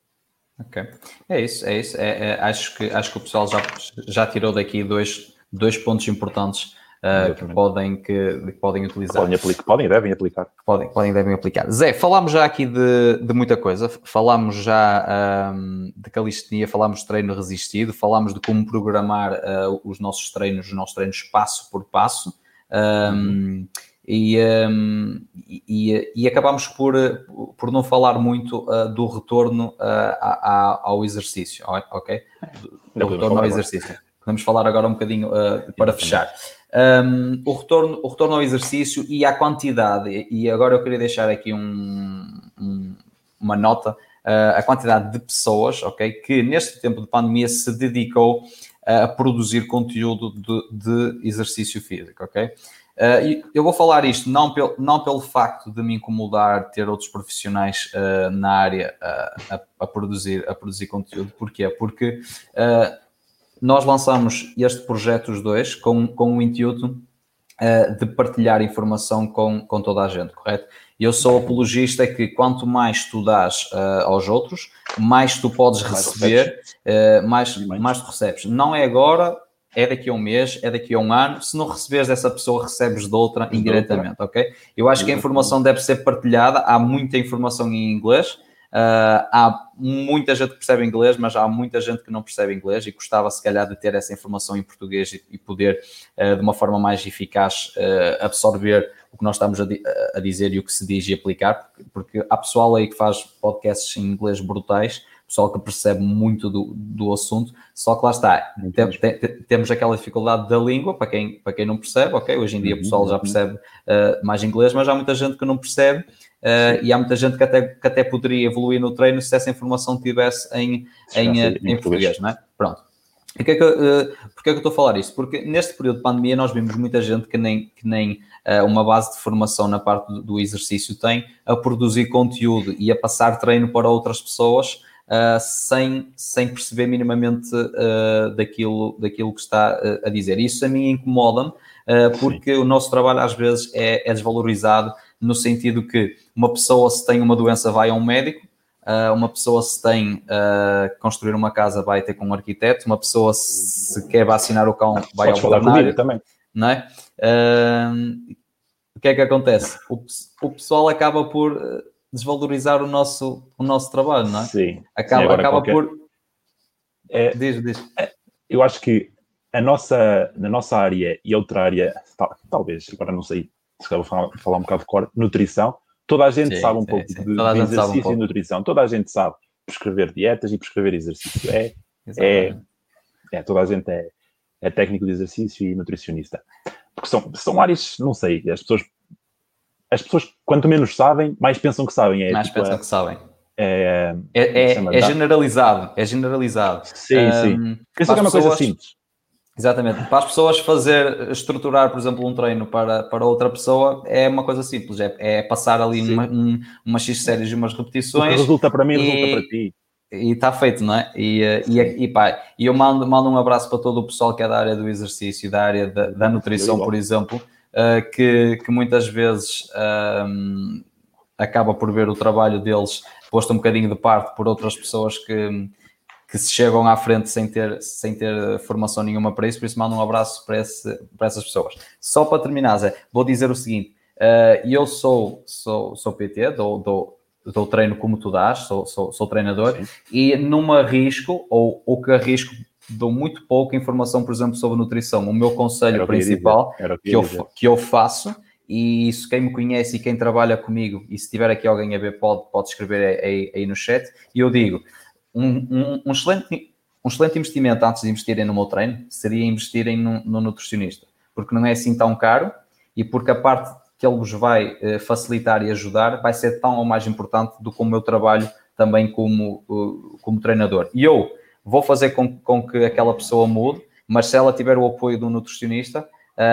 Ok. É isso, é isso. É, é, acho, que, acho que o pessoal já, já tirou daqui dois, dois pontos importantes uh, que, podem, que, que podem utilizar. Podem, aplicar, podem e devem aplicar. Podem, podem e devem aplicar. Zé, falámos já aqui de, de muita coisa. Falámos já um, de calistenia, falámos de treino resistido, falámos de como programar uh, os nossos treinos, os nossos treinos passo por passo. Um, uhum. E, um, e, e acabámos por, por não falar muito uh, do retorno uh, a, a, ao exercício, ok? Do, do retorno ao exercício. Agora. Podemos falar agora um bocadinho uh, para fechar. Um, o, retorno, o retorno ao exercício e à quantidade, e agora eu queria deixar aqui um, um, uma nota, uh, a quantidade de pessoas, ok? Que neste tempo de pandemia se dedicou uh, a produzir conteúdo de, de exercício físico, ok? Uh, eu vou falar isto não, pel, não pelo facto de me incomodar ter outros profissionais uh, na área uh, a, a, produzir, a produzir conteúdo. Porquê? Porque uh, nós lançamos este projeto os dois com, com o intuito uh, de partilhar informação com, com toda a gente, correto? Eu sou apologista que quanto mais tu dás uh, aos outros, mais tu podes mais receber, uh, mais, mais tu recebes. Não é agora, é daqui a um mês, é daqui a um ano. Se não receberes dessa pessoa, recebes de outra indiretamente, ok? Eu acho que a informação deve ser partilhada. Há muita informação em inglês. Uh, há muita gente que percebe inglês, mas há muita gente que não percebe inglês e gostava, se calhar, de ter essa informação em português e, e poder, uh, de uma forma mais eficaz, uh, absorver o que nós estamos a, di- a dizer e o que se diz e aplicar, porque, porque há pessoal aí que faz podcasts em inglês brutais, pessoal que percebe muito do, do assunto, só que lá está, tem, tem, temos aquela dificuldade da língua, para quem, para quem não percebe, ok, hoje em dia o pessoal já percebe uh, mais inglês, mas há muita gente que não percebe, uh, e há muita gente que até, que até poderia evoluir no treino se essa informação tivesse em, em, em, em português, não é? Pronto. E que é que, uh, porque é que eu estou a falar isso? Porque neste período de pandemia nós vimos muita gente que nem, que nem uh, uma base de formação na parte do, do exercício tem a produzir conteúdo e a passar treino para outras pessoas uh, sem, sem perceber minimamente uh, daquilo, daquilo que está uh, a dizer. Isso a mim incomoda-me uh, porque Sim. o nosso trabalho às vezes é, é desvalorizado no sentido que uma pessoa, se tem uma doença, vai a um médico. Uh, uma pessoa, se tem uh, construir uma casa, vai ter com um arquiteto. Uma pessoa, se quer vacinar o cão, vai Podes ao falar veterinário comigo também. Não é? Uh, o que é que acontece? O, o pessoal acaba por desvalorizar o nosso, o nosso trabalho, não é? Sim. Acaba, Sim, acaba qualquer... por... É, diz, diz. É, eu acho que a nossa, na nossa área e outra área, tal, talvez, agora não sei, se vou falar, falar um bocado de cor, nutrição, toda a gente sim, sabe um sim, pouco sim. de, de exercício um e nutrição. Toda a gente sabe prescrever dietas e prescrever exercício. É, é, é, toda a gente é, é técnico de exercício e nutricionista. Porque são, são áreas, não sei, as pessoas, as pessoas quanto menos sabem, mais pensam que sabem. É, mais tipo, pensam é, que sabem. É, é, é, é generalizado. É generalizado. Sim, um, sim. Isso é uma pessoas... coisa simples. Exatamente. Para as pessoas fazer, estruturar, por exemplo, um treino para, para outra pessoa é uma coisa simples. É, é passar ali uma, um, umas X séries e umas repetições. O que resulta para mim, e, resulta para ti. E está feito, não é? E, e, e, pá, e eu mando, mando um abraço para todo o pessoal que é da área do exercício, da área da, da nutrição, por exemplo, uh, que, que muitas vezes um, acaba por ver o trabalho deles posto um bocadinho de parte por outras pessoas que... que se chegam à frente sem ter, sem ter formação nenhuma para isso, por isso mando um abraço para, esse, para essas pessoas. Só para terminar, Zé, vou dizer o seguinte, uh, eu sou, sou, sou P T, dou, dou, dou treino como tu dás, sou, sou, sou treinador, Sim. e não me arrisco, ou, ou que arrisco, dou muito pouca informação, por exemplo, sobre nutrição. O meu conselho Era principal que, que, que, eu, que eu faço, e isso quem me conhece e quem trabalha comigo, e se tiver aqui alguém a ver, pode, pode escrever aí, aí no chat, e eu digo... Um, um, um, excelente, um excelente investimento antes de investirem no meu treino seria investirem no, no nutricionista, porque não é assim tão caro e porque a parte que ele vos vai uh, facilitar e ajudar vai ser tão ou mais importante do que o meu trabalho também como, uh, como treinador. E eu vou fazer com, com que aquela pessoa mude, mas se ela tiver o apoio do nutricionista,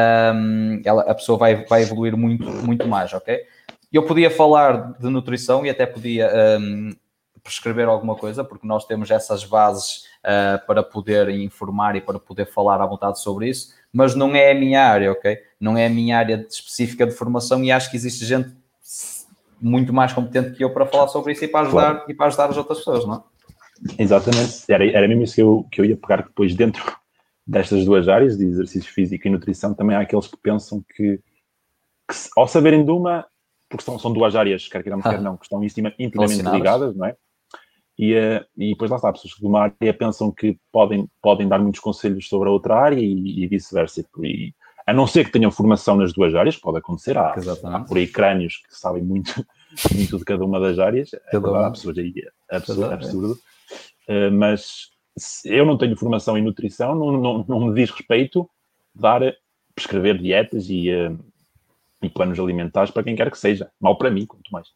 um, ela, a pessoa vai, vai evoluir muito, muito mais, ok? Eu podia falar de nutrição e até podia... Um, prescrever alguma coisa, porque nós temos essas bases uh, para poder informar e para poder falar à vontade sobre isso, mas não é a minha área, ok? Não é a minha área específica de formação e acho que existe gente muito mais competente que eu para falar sobre isso e para ajudar, claro. e para ajudar as outras pessoas, não é? Exatamente. Era, era mesmo isso que eu, que eu ia pegar, que depois dentro destas duas áreas, de exercício físico e nutrição, também há aqueles que pensam que, que ao saberem de uma, porque são, são duas áreas, quer queiramos, quer não, que estão intimamente ligadas, não é? E, uh, e depois lá está, pessoas de uma área pensam que podem, podem dar muitos conselhos sobre a outra área e, e vice-versa. E, a não ser que tenham formação nas duas áreas, pode acontecer, há, há por aí crânios que sabem muito, muito de cada uma das áreas, é verdade, há pessoas aí absurdo, absurdo. Uh, mas eu não tenho formação em nutrição, não, não, não me diz respeito dar, prescrever dietas e, uh, e planos alimentares para quem quer que seja, mal para mim, quanto mais.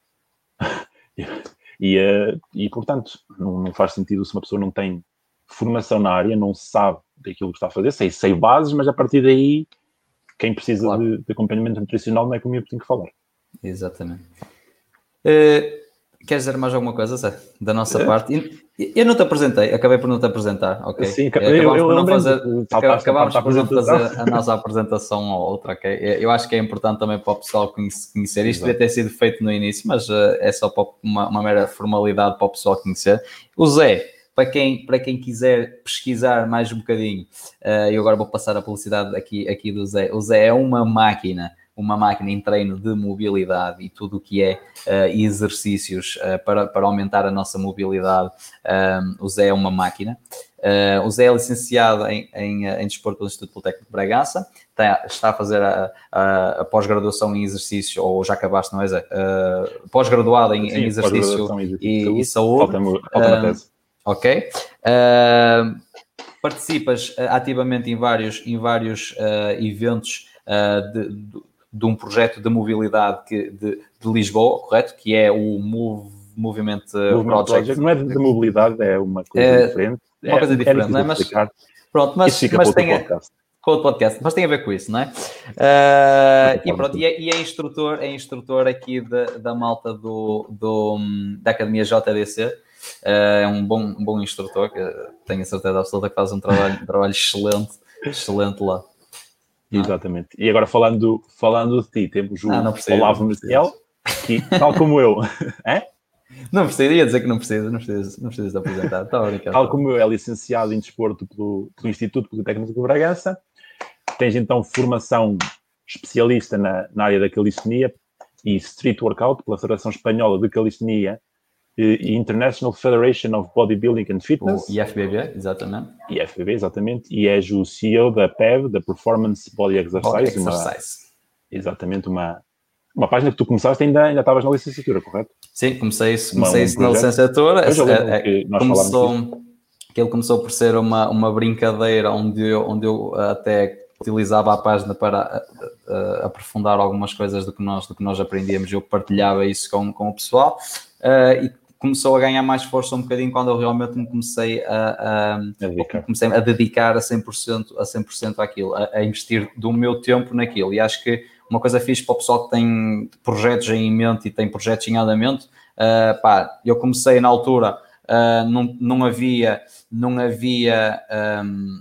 E, uh, e portanto, não, não faz sentido se uma pessoa não tem formação na área, não sabe daquilo que está a fazer, sei, sei bases, mas a partir daí, quem precisa claro. de, de acompanhamento nutricional não é comigo que tem que falar. Exatamente. Uh, Queres dizer mais alguma coisa, Zé? Da nossa é. parte? Eu não te apresentei, acabei por não te apresentar, ok? Sim, acabámos eu, eu por não fazer, acabámos por não fazer a nossa apresentação ou outra, ok? Eu acho que é importante também para o pessoal conhecer. Isto devia ter sido feito no início, mas uh, é só para uma, uma mera formalidade para o pessoal conhecer. O Zé, para quem, para quem quiser pesquisar mais um bocadinho, uh, eu agora vou passar a publicidade aqui, aqui do Zé. O Zé é uma máquina. uma máquina em treino de mobilidade e tudo o que é uh, exercícios uh, para, para aumentar a nossa mobilidade. Um, o Zé é uma máquina. Uh, o Zé é licenciado em, em, em Desporto pelo Instituto Politécnico de Bragança, está, está a fazer a, a, a pós-graduação em exercício, ou já acabaste, não é, Zé? Uh, pós-graduado em, Sim, em exercício e, e saúde. Falta-me a tese. Ok. Uh, participas uh, ativamente em vários, em vários uh, eventos uh, de, de de um projeto de mobilidade que, de, de Lisboa, correto? Que é o Move, Movement, Movement Project. Project. Não é de mobilidade, é uma coisa é, diferente. Uma é, coisa diferente, é não é? Mas, pronto, mas, fica mas para tem podcast. Com outro podcast, mas tem a ver com isso, não é? Uh, e pronto, e é, e é instrutor, é instrutor aqui da, da malta do, do, da Academia J D C. Uh, é um bom, um bom instrutor, que tenho a certeza absoluta que faz um trabalho, um trabalho excelente, excelente lá. Não. Exatamente. E agora falando, falando de ti, temos o ah, Olavo Mestiel, que tal como eu, é? Não precisa, ia dizer que não precisa, não precisa, não precisa de apresentar. Está obrigado. Tal como eu, é licenciado em Desporto pelo, pelo Instituto Politécnico de Bragança, tens então formação especialista na, na área da calistenia e street workout pela Federação Espanhola de Calistenia e International Federation of Bodybuilding and Fitness. O I F B B, exatamente. I F B B, exatamente. E és o C E O da P E V, da Performance Body Exercise. Body Exercise. Uma, exatamente, uma, uma página que tu começaste ainda, ainda estavas na licenciatura, correto? Sim, comecei isso, comecei isso um na licenciatura. É, é, que começou, que ele começou por ser uma, uma brincadeira onde eu, onde eu até utilizava a página para uh, uh, aprofundar algumas coisas do que nós, do que nós aprendíamos. Eu partilhava isso com, com o pessoal uh, e começou a ganhar mais força um bocadinho quando eu realmente me comecei a, a, a, comecei a dedicar a cem por cento, a cem por cento àquilo, a, a investir do meu tempo naquilo. E acho que uma coisa fixe para o pessoal que tem projetos em mente e tem projetos em andamento, uh, pá, eu comecei na altura, uh, não, não havia, não havia um,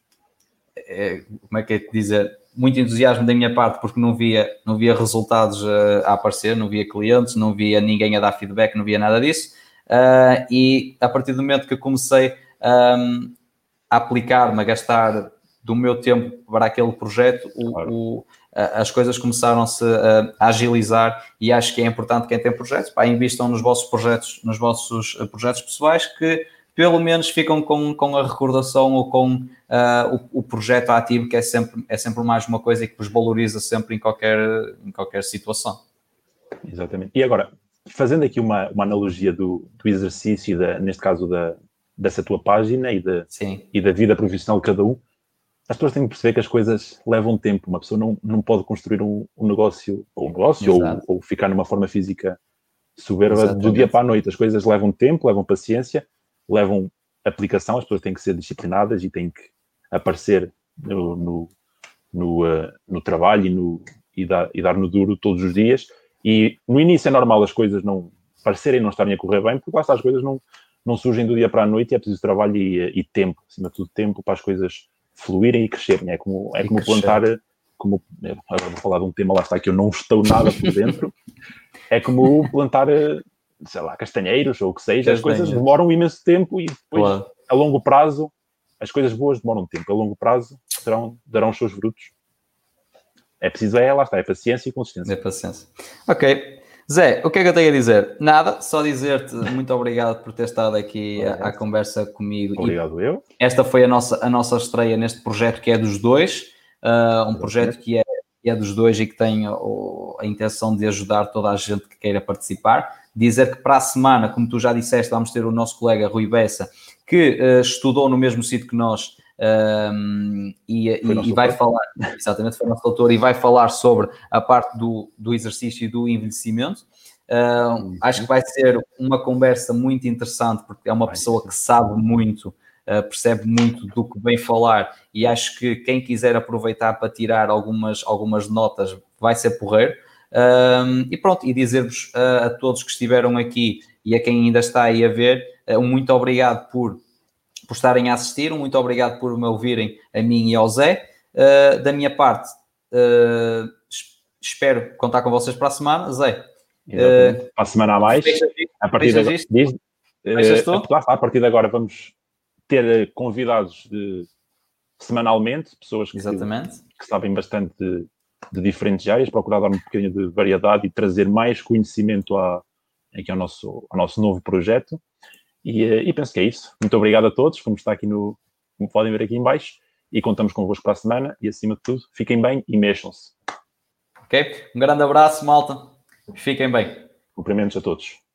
é, como é que é de dizer, muito entusiasmo da minha parte, porque não via, não via resultados uh, a aparecer, não via clientes, não via ninguém a dar feedback, não via nada disso. Uh, e a partir do momento que comecei um, a aplicar-me, a gastar do meu tempo para aquele projeto, o, claro. o, uh, as coisas começaram-se uh, a agilizar e acho que é importante quem tem projetos, pá, invistam nos vossos projetos, nos vossos uh, projetos pessoais que pelo menos ficam com, com a recordação ou com uh, o, o projeto ativo, que é sempre, é sempre mais uma coisa e que vos valoriza sempre em qualquer, em qualquer situação. Exatamente. E agora, fazendo aqui uma, uma analogia do, do exercício, e da, neste caso da, dessa tua página e da, e da vida profissional de cada um, as pessoas têm que perceber que as coisas levam tempo. Uma pessoa não, não pode construir um, um negócio, ou um negócio, ou, ou ficar numa forma física soberba Exatamente. do dia para a noite. As coisas levam tempo, levam paciência, levam aplicação, as pessoas têm que ser disciplinadas e têm que aparecer no, no, no, uh, no trabalho e, no, e, dar, e dar no duro todos os dias. E no início é normal as coisas não parecerem não estarem a correr bem, porque lá está, as coisas não, não surgem do dia para a noite e é preciso trabalho e, e tempo, acima de tudo tempo, para as coisas fluírem e crescerem. É como, é como plantar, como, agora vou falar de um tema, lá está, que eu não estou nada por dentro, é como plantar... sei lá, castanheiros ou o que seja, as coisas demoram um imenso tempo e depois, claro. a longo prazo, as coisas boas demoram tempo. A longo prazo terão, darão os seus frutos. É preciso, é, lá está, é paciência e consistência. É paciência. Ok. Zé, o que é que eu tenho a dizer? Nada, só dizer-te muito obrigado por ter estado aqui à, à conversa comigo. Obrigado e eu. Esta foi a nossa, a nossa estreia neste projeto que é dos dois, uh, um projeto que é, que é dos dois e que tem o, a intenção de ajudar toda a gente que queira participar. Dizer que para a semana, como tu já disseste, vamos ter o nosso colega Rui Bessa, que uh, estudou no mesmo sítio que nós um, e, e, e vai falar, exatamente, foi nosso doutor, e vai falar sobre a parte do, do exercício e do envelhecimento. Uh, uhum. Acho que vai ser uma conversa muito interessante, porque é uma pessoa que sabe muito, uh, percebe muito do que vem falar, e acho que quem quiser aproveitar para tirar algumas, algumas notas vai ser porreiro. Um, e pronto, e dizer-vos uh, a todos que estiveram aqui e a quem ainda está aí a ver, uh, um muito obrigado por, por estarem a assistir, um muito obrigado por me ouvirem a mim e ao Zé. Uh, da minha parte, uh, espero contar com vocês para a semana. Zé, Exatamente. Uh, para a semana a mais. Fecha, a partir de agora, diz, uh, a, a partir de agora vamos ter convidados de, semanalmente, pessoas que, que sabem bastante de, de diferentes áreas, procurar dar um bocadinho de variedade e trazer mais conhecimento a, aqui ao, nosso, ao nosso novo projeto. E, e penso que é isso. Muito obrigado a todos, como está aqui no, como podem ver aqui em baixo, e contamos convosco para a semana e, acima de tudo, fiquem bem e mexam-se. Ok? Um grande abraço, malta. Fiquem bem. Cumprimentos a todos.